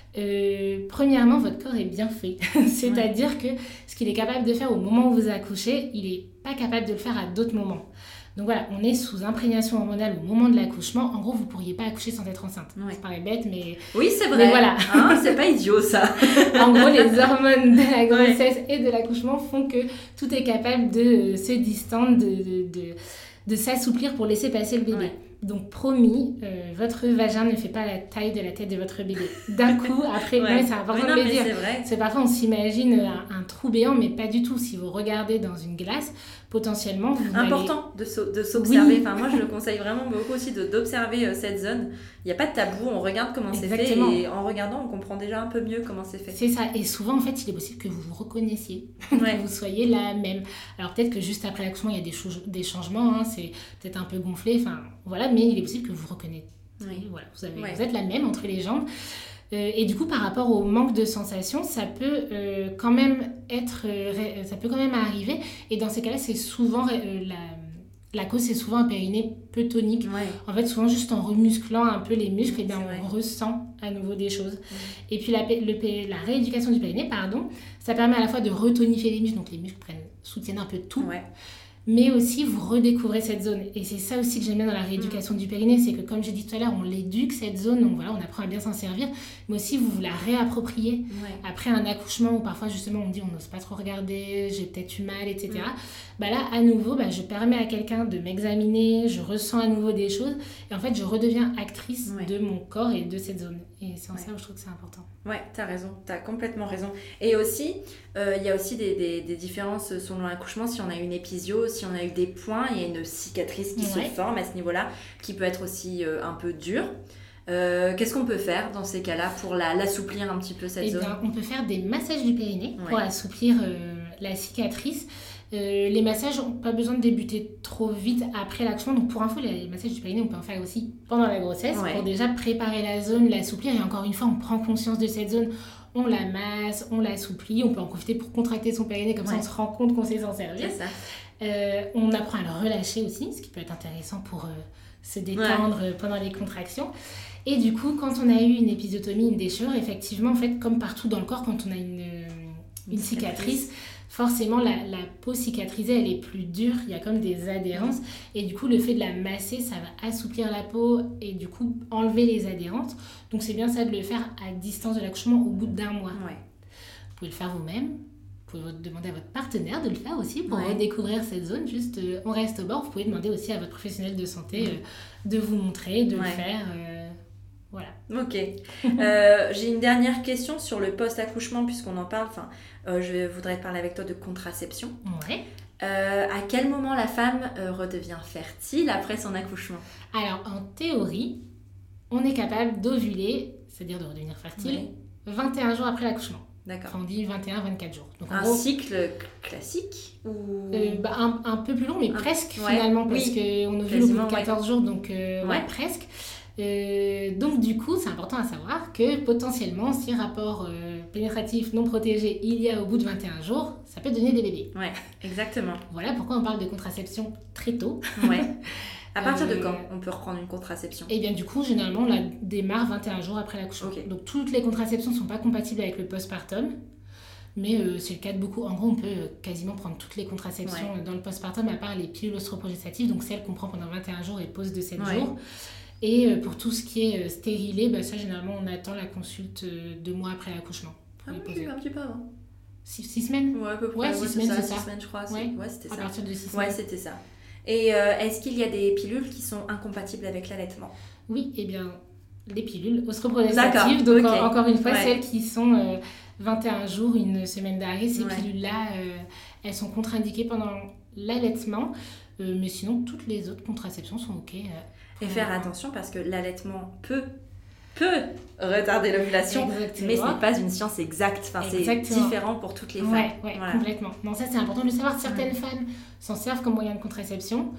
euh, premièrement, votre corps est bien fait. C'est-à-dire que ce qu'il est capable de faire au moment où vous accouchez, il n'est pas capable de le faire à d'autres moments. Donc voilà, on est sous imprégnation hormonale au moment de l'accouchement. En gros, vous ne pourriez pas accoucher sans être enceinte. Ouais. Ça paraît bête, mais Oui, c'est vrai. Mais voilà. Hein, c'est pas idiot, ça. en gros, les hormones de la grossesse et de l'accouchement font que tout est capable de euh, se distendre, de, de, de, de s'assouplir pour laisser passer le bébé. Ouais. Donc promis, euh, votre vagin ne fait pas la taille de la tête de votre bébé. D'un coup, après, Ouais. non, mais c'est important Oui, non, de le mais dire. c'est vrai. C'est parfois on s'imagine un, un trou béant, mais pas du tout. Si vous regardez dans une glace, potentiellement vous allez... Important de, so- de s'observer. Oui. Enfin, moi, je le conseille vraiment beaucoup aussi de, d'observer euh, cette zone. Il n'y a pas de tabou, on regarde comment c'est fait Exactement. et en regardant, on comprend déjà un peu mieux comment c'est fait. C'est ça. Et souvent, en fait, il est possible que vous vous reconnaissiez, Ouais. que vous soyez la même. Alors peut-être que juste après l'accouchement, il y a des, cho- des changements, hein, c'est peut-être un peu gonflé, enfin voilà, mais il est possible que vous vous reconnaissiez. Oui. Voilà, vous, avez, Ouais. vous êtes la même entre les jambes. Euh, et du coup, par rapport au manque de sensation, ça peut euh, quand même être, euh, ré- ça peut quand même arriver. Et dans ces cas-là, c'est souvent euh, la, la cause, c'est souvent un périnée peu tonique. Ouais. En fait, souvent juste en remusclant un peu les muscles, et bien C'est on vrai. ressent à nouveau des choses. Et puis la, pé- le, pé- la rééducation du périnée, pardon, ça permet à la fois de retonifier les muscles, donc les muscles prennent, soutiennent un peu tout, Ouais. mais aussi vous redécouvrez cette zone. Et c'est ça aussi que j'aime bien dans la rééducation du périnée, c'est que comme j'ai dit tout à l'heure, on l'éduque cette zone, donc voilà, on apprend à bien s'en servir, mais aussi vous vous la réappropriez. Ouais. Après un accouchement où parfois justement on dit on n'ose pas trop regarder, j'ai peut-être eu mal, et cetera. Bah là, à nouveau, bah, je permets à quelqu'un de m'examiner, je ressens à nouveau des choses, et en fait je redeviens actrice Ouais. de mon corps et de cette zone. Et c'est en Ouais. ça où je trouve que c'est important. Ouais, t'as raison, t'as complètement raison. Et aussi, euh, il y a aussi des, des, des différences selon l'accouchement. Si on a eu une épisio, si on a eu des points, il y a une cicatrice qui Ouais. se forme à ce niveau-là, qui peut être aussi euh, un peu dure. Euh, qu'est-ce qu'on peut faire dans ces cas-là pour la, l'assouplir un petit peu cette Eh zone? bien, on peut faire des massages du périnée pour Ouais. assouplir euh, la cicatrice. Euh, les massages n'ont pas besoin de débuter trop vite après l'accouchement. Donc pour info, les massages du périnée, on peut en faire aussi pendant la grossesse Ouais. pour déjà préparer la zone, l'assouplir. Et encore une fois, on prend conscience de cette zone, on la masse, on l'assouplit. On peut en profiter pour contracter son périnée, comme ça Ouais. on se rend compte qu'on sait s'en servir. C'est ça. Euh, on apprend à le relâcher aussi, ce qui peut être intéressant pour euh, se détendre ouais. pendant les contractions. Et du coup, quand on a eu une épisiotomie, une déchirure, effectivement, en fait, comme partout dans le corps, quand on a une, une, une cicatrice, cicatrice forcément, la, la peau cicatrisée, elle est plus dure, il y a comme des adhérences. Et du coup, le fait de la masser, ça va assouplir la peau et du coup, enlever les adhérences. Donc, c'est bien ça de le faire à distance de l'accouchement au bout d'un mois. Ouais. Vous pouvez le faire vous-même. Vous pouvez demander à votre partenaire de le faire aussi pour ouais. redécouvrir cette zone. Juste, euh, on reste au bord. Vous pouvez demander aussi à votre professionnel de santé euh, de vous montrer, de ouais. le faire. Euh, voilà. Ok. euh, j'ai une dernière question sur le post-accouchement, puisqu'on en parle. Enfin, euh, je voudrais te parler avec toi de contraception. Ouais. Euh, à quel moment la femme euh, redevient fertile après son accouchement ? Alors, en théorie, on est capable d'ovuler, c'est-à-dire de redevenir fertile, ouais. vingt et un jours après l'accouchement. D'accord. Enfin, on dit vingt et un à vingt-quatre jours. Donc, un gros, cycle classique ou... euh, bah, un, un peu plus long, mais un... presque ouais. finalement, parce oui. qu'on ovule au bout de quatorze ouais. jours, donc euh, ouais. ouais, presque. Euh, donc du coup, c'est important à savoir que potentiellement, si rapport euh, pénétratif non protégé il y a au bout de vingt et un jours, ça peut donner des bébés. Ouais, exactement. Voilà pourquoi on parle de contraception très tôt. Ouais. À partir euh, de quand on peut reprendre une contraception ? Eh bien du coup, généralement, on la démarre vingt et un jours après l'accouchement. Okay. Donc toutes les contraceptions ne sont pas compatibles avec le postpartum. Mais euh, c'est le cas de beaucoup. En gros, on peut euh, quasiment prendre toutes les contraceptions ouais. dans le postpartum, à part les pilules oestroprogestatives, donc celles qu'on prend pendant vingt et un jours et pause de sept ouais. jours. Et pour tout ce qui est stérilé, bah ça, généralement, on attend la consulte deux mois après l'accouchement. Ah oui, un petit peu avant. Six, six semaines ? Ouais, à peu près. Ouais, ouais, six c'est semaines, ça, c'est six ça. semaines, je crois. Ouais, ouais c'était à ça. À partir de six semaines. Ouais, c'était ça. Et euh, est-ce qu'il y a des pilules qui sont incompatibles avec l'allaitement ? Oui, eh bien, les pilules oestroprogestatives. Donc, okay. en, encore une fois, ouais. celles qui sont euh, vingt et un jours, une semaine d'arrêt, ces ouais. pilules-là, euh, elles sont contre-indiquées pendant l'allaitement. Euh, mais sinon, toutes les autres contraceptions sont OK. Euh, Et faire attention parce que l'allaitement peut, peut retarder l'ovulation, Exactement. mais ce n'est pas une science exacte. Enfin, c'est différent pour toutes les femmes. Oui, ouais, voilà. complètement. Non, ça, c'est important de le savoir. Certaines mmh. femmes s'en servent comme moyen de contraception.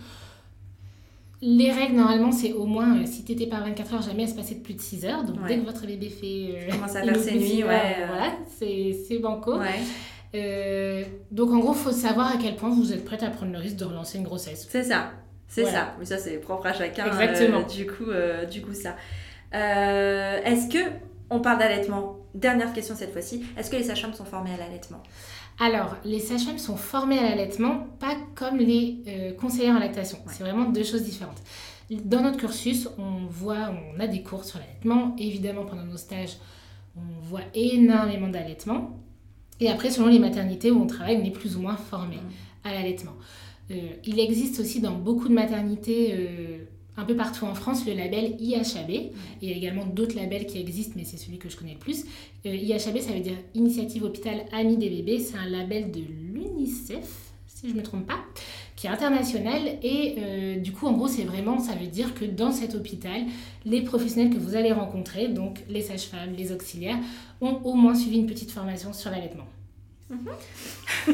Les règles, normalement, c'est au moins, euh, si tu étais par vingt-quatre heures, jamais à se passer de plus de six heures. Donc, ouais. dès que votre bébé fait... Euh, commence à faire ses nuits, ouais. Euh, voilà, c'est, c'est banco. Ouais. Euh, donc, en gros, il faut savoir à quel point vous êtes prête à prendre le risque de relancer une grossesse. C'est ça. C'est voilà. ça, mais ça c'est propre à chacun. Exactement. Euh, du coup, euh, du coup ça. Euh, est-ce que on parle d'allaitement ? Dernière question cette fois-ci. Est-ce que les sages-femmes sont formées à l'allaitement ? Alors, les sages-femmes sont formées à l'allaitement, pas comme les euh, conseillères en lactation. Ouais. C'est vraiment deux choses différentes. Dans notre cursus, on voit, on a des cours sur l'allaitement. Évidemment, pendant nos stages, on voit énormément d'allaitement. Et après, selon les maternités où on travaille, on est plus ou moins formé mmh. à l'allaitement. Euh, il existe aussi dans beaucoup de maternités, euh, un peu partout en France, le label I H A B. Ouais. Il y a également d'autres labels qui existent, mais c'est celui que je connais le plus. Euh, I H A B, ça veut dire Initiative Hôpital Amis des bébés. C'est un label de l'UNICEF, si je ne me trompe pas, qui est international. Et euh, du coup, en gros, c'est vraiment, ça veut dire que dans cet hôpital, les professionnels que vous allez rencontrer, donc les sages-femmes, les auxiliaires, ont au moins suivi une petite formation sur l'allaitement. Mm-hmm.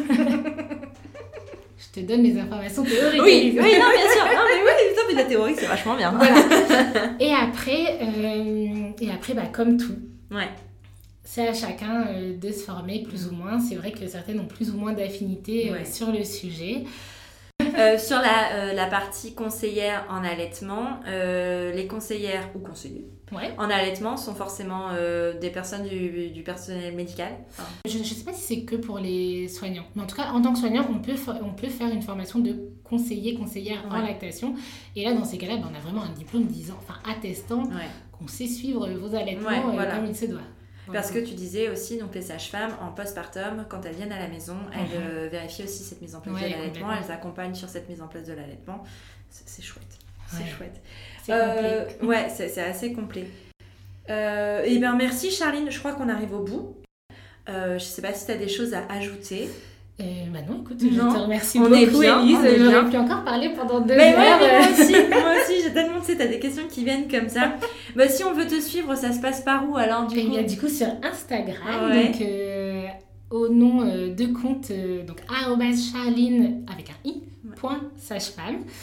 Je te donne les informations théoriques. Oui, oui, non, bien sûr. Non, mais oui, mais la théorie, c'est vachement bien. Voilà. Et après, euh, et après bah, comme tout, ouais. c'est à chacun euh, de se former plus ou moins. C'est vrai que certaines ont plus ou moins d'affinité euh, ouais. sur le sujet. Euh, sur la, euh, la partie conseillère en allaitement, euh, les conseillères ou conseillers ouais. en allaitement sont forcément euh, des personnes du, du personnel médical. Enfin. Je ne sais pas si c'est que pour les soignants, mais en tout cas, en tant que soignant, on peut, on peut faire une formation de conseiller, conseillère ouais. en lactation. Et là, dans ces cas-là, ben, on a vraiment un diplôme disant, enfin, attestant ouais. qu'on sait suivre vos allaitements ouais, voilà. comme il se doit. Parce que tu disais aussi, donc les sages-femmes en postpartum, quand elles viennent à la maison, elles mm-hmm. euh, vérifient aussi cette mise en place ouais, de l'allaitement, elles accompagnent sur cette mise en place de l'allaitement. C'est, c'est chouette, c'est ouais. chouette. C'est euh, complet. Ouais, c'est, c'est assez complet. Euh, et bien merci Charline, je crois qu'on arrive au bout. Euh, je ne sais pas si tu as des choses à ajouter. Euh, bah non, écoute, non. je te remercie on beaucoup, est bien, Élise. On est J'aurais bien. pu encore parler pendant deux mais heures. Ouais, mais moi aussi, moi aussi, j'ai tellement, tu sais, t'as des questions qui viennent comme ça. Bah, si on veut te suivre, ça se passe par où alors du Et coup bien, du coup, sur Instagram, ouais. donc euh, au nom euh, de compte, euh, donc arobase charline avec un i, ouais. point sage-femme.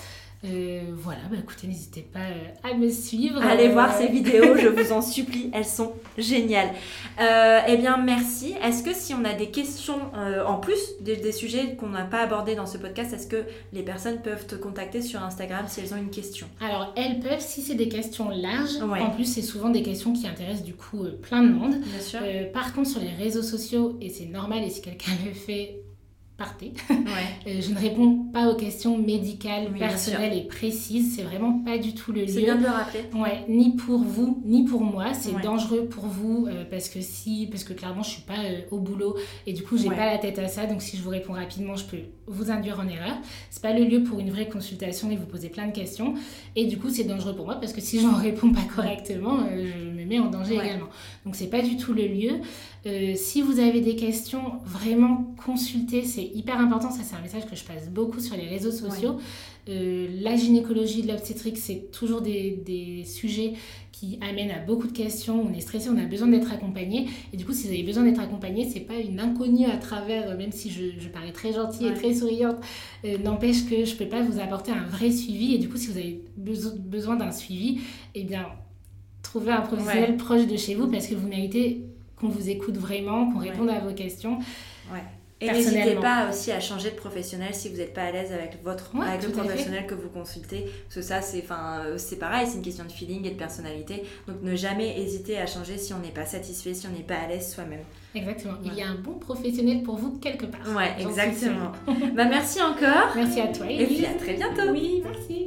Euh, voilà, bah écoutez, n'hésitez pas euh, à me suivre. Allez euh... voir ces vidéos, je vous en supplie, elles sont géniales. Euh, eh bien, merci. Est-ce que si on a des questions, euh, en plus des, des sujets qu'on n'a pas abordés dans ce podcast, est-ce que les personnes peuvent te contacter sur Instagram si elles ont une question ? Alors, elles peuvent, si c'est des questions larges. Ouais. En plus, c'est souvent des questions qui intéressent du coup euh, plein de monde. Bien sûr. Euh, par contre, sur les réseaux sociaux, et c'est normal, et si quelqu'un le fait... partez. Ouais. Euh, je ne réponds pas aux questions médicales, Oui, personnelles et précises. C'est vraiment pas du tout le lieu. C'est bien de le rappeler. Ouais, ni pour vous, ni pour moi. C'est ouais. dangereux pour vous euh, parce que si, parce que clairement, je suis pas euh, au boulot et du coup, j'ai ouais. pas la tête à ça. Donc, si je vous réponds rapidement, je peux vous induire en erreur. C'est pas le lieu pour une vraie consultation et vous poser plein de questions. Et du coup, c'est dangereux pour moi parce que si j'en réponds pas correctement, euh, je me mets en danger ouais. également. Donc, c'est pas du tout le lieu. Euh, si vous avez des questions, vraiment consultez, c'est hyper important. Ça, c'est un message que je passe beaucoup sur les réseaux sociaux. Ouais. Euh, la gynécologie, l'obstétrique, c'est toujours des, des sujets qui amènent à beaucoup de questions. On est stressé, on a besoin d'être accompagné. Et du coup, si vous avez besoin d'être accompagné, c'est pas une inconnue à travers, même si je, je parais très gentille ouais. et très souriante, euh, n'empêche que je peux pas vous apporter un vrai suivi. Et du coup, si vous avez beso- besoin d'un suivi, eh bien, trouvez un professionnel ouais. proche de chez vous parce que vous méritez qu'on vous écoute vraiment, qu'on réponde ouais. à vos questions. Ouais. Et n'hésitez pas aussi à changer de professionnel si vous n'êtes pas à l'aise avec, votre, ouais, avec le professionnel que vous consultez. Parce que ça, c'est, c'est pareil, c'est une question de feeling et de personnalité. Donc, ne jamais hésiter à changer si on n'est pas satisfait, si on n'est pas à l'aise soi-même. Exactement. Ouais. Il y a un bon professionnel pour vous quelque part. Ouais, J'en exactement. bah, merci encore. Merci à toi. Et puis à très bientôt. Oui, merci.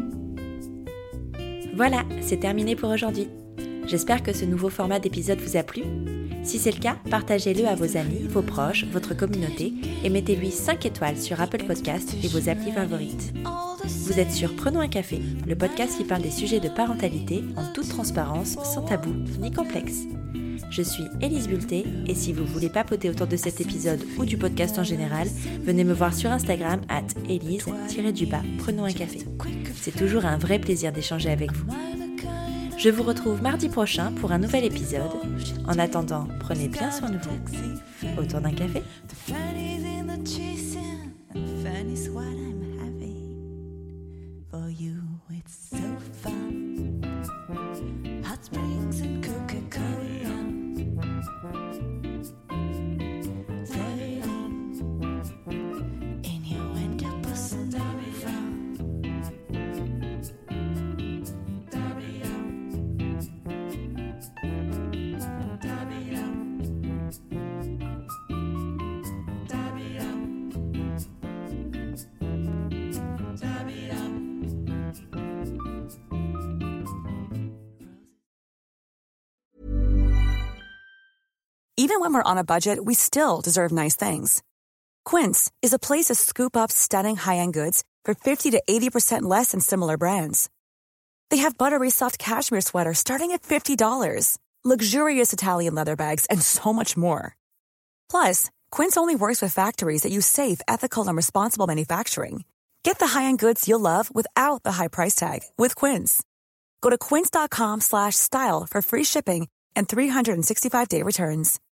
Voilà, c'est terminé pour aujourd'hui. J'espère que ce nouveau format d'épisode vous a plu. Si c'est le cas, partagez-le à vos amis, vos proches, votre communauté et mettez-lui cinq étoiles sur Apple Podcasts et vos applis favorites. Vous êtes sur Prenons un café, le podcast qui parle des sujets de parentalité en toute transparence, sans tabou ni complexe. Je suis Élise Bulté et si vous voulez papoter autour de cet épisode ou du podcast en général, venez me voir sur Instagram arobase élise-du-bas Prenons un café. C'est toujours un vrai plaisir d'échanger avec vous. Je vous retrouve mardi prochain pour un nouvel épisode. En attendant, prenez bien soin de vous. Autour d'un café. Even when we're on a budget, we still deserve nice things. Quince is a place to scoop up stunning high-end goods for fifty to eighty percent less than similar brands. They have buttery soft cashmere sweaters starting at fifty dollars, luxurious Italian leather bags, and so much more. Plus, Quince only works with factories that use safe, ethical, and responsible manufacturing. Get the high-end goods you'll love without the high price tag with Quince. Go to quince.com slash style for free shipping and three sixty-five day returns.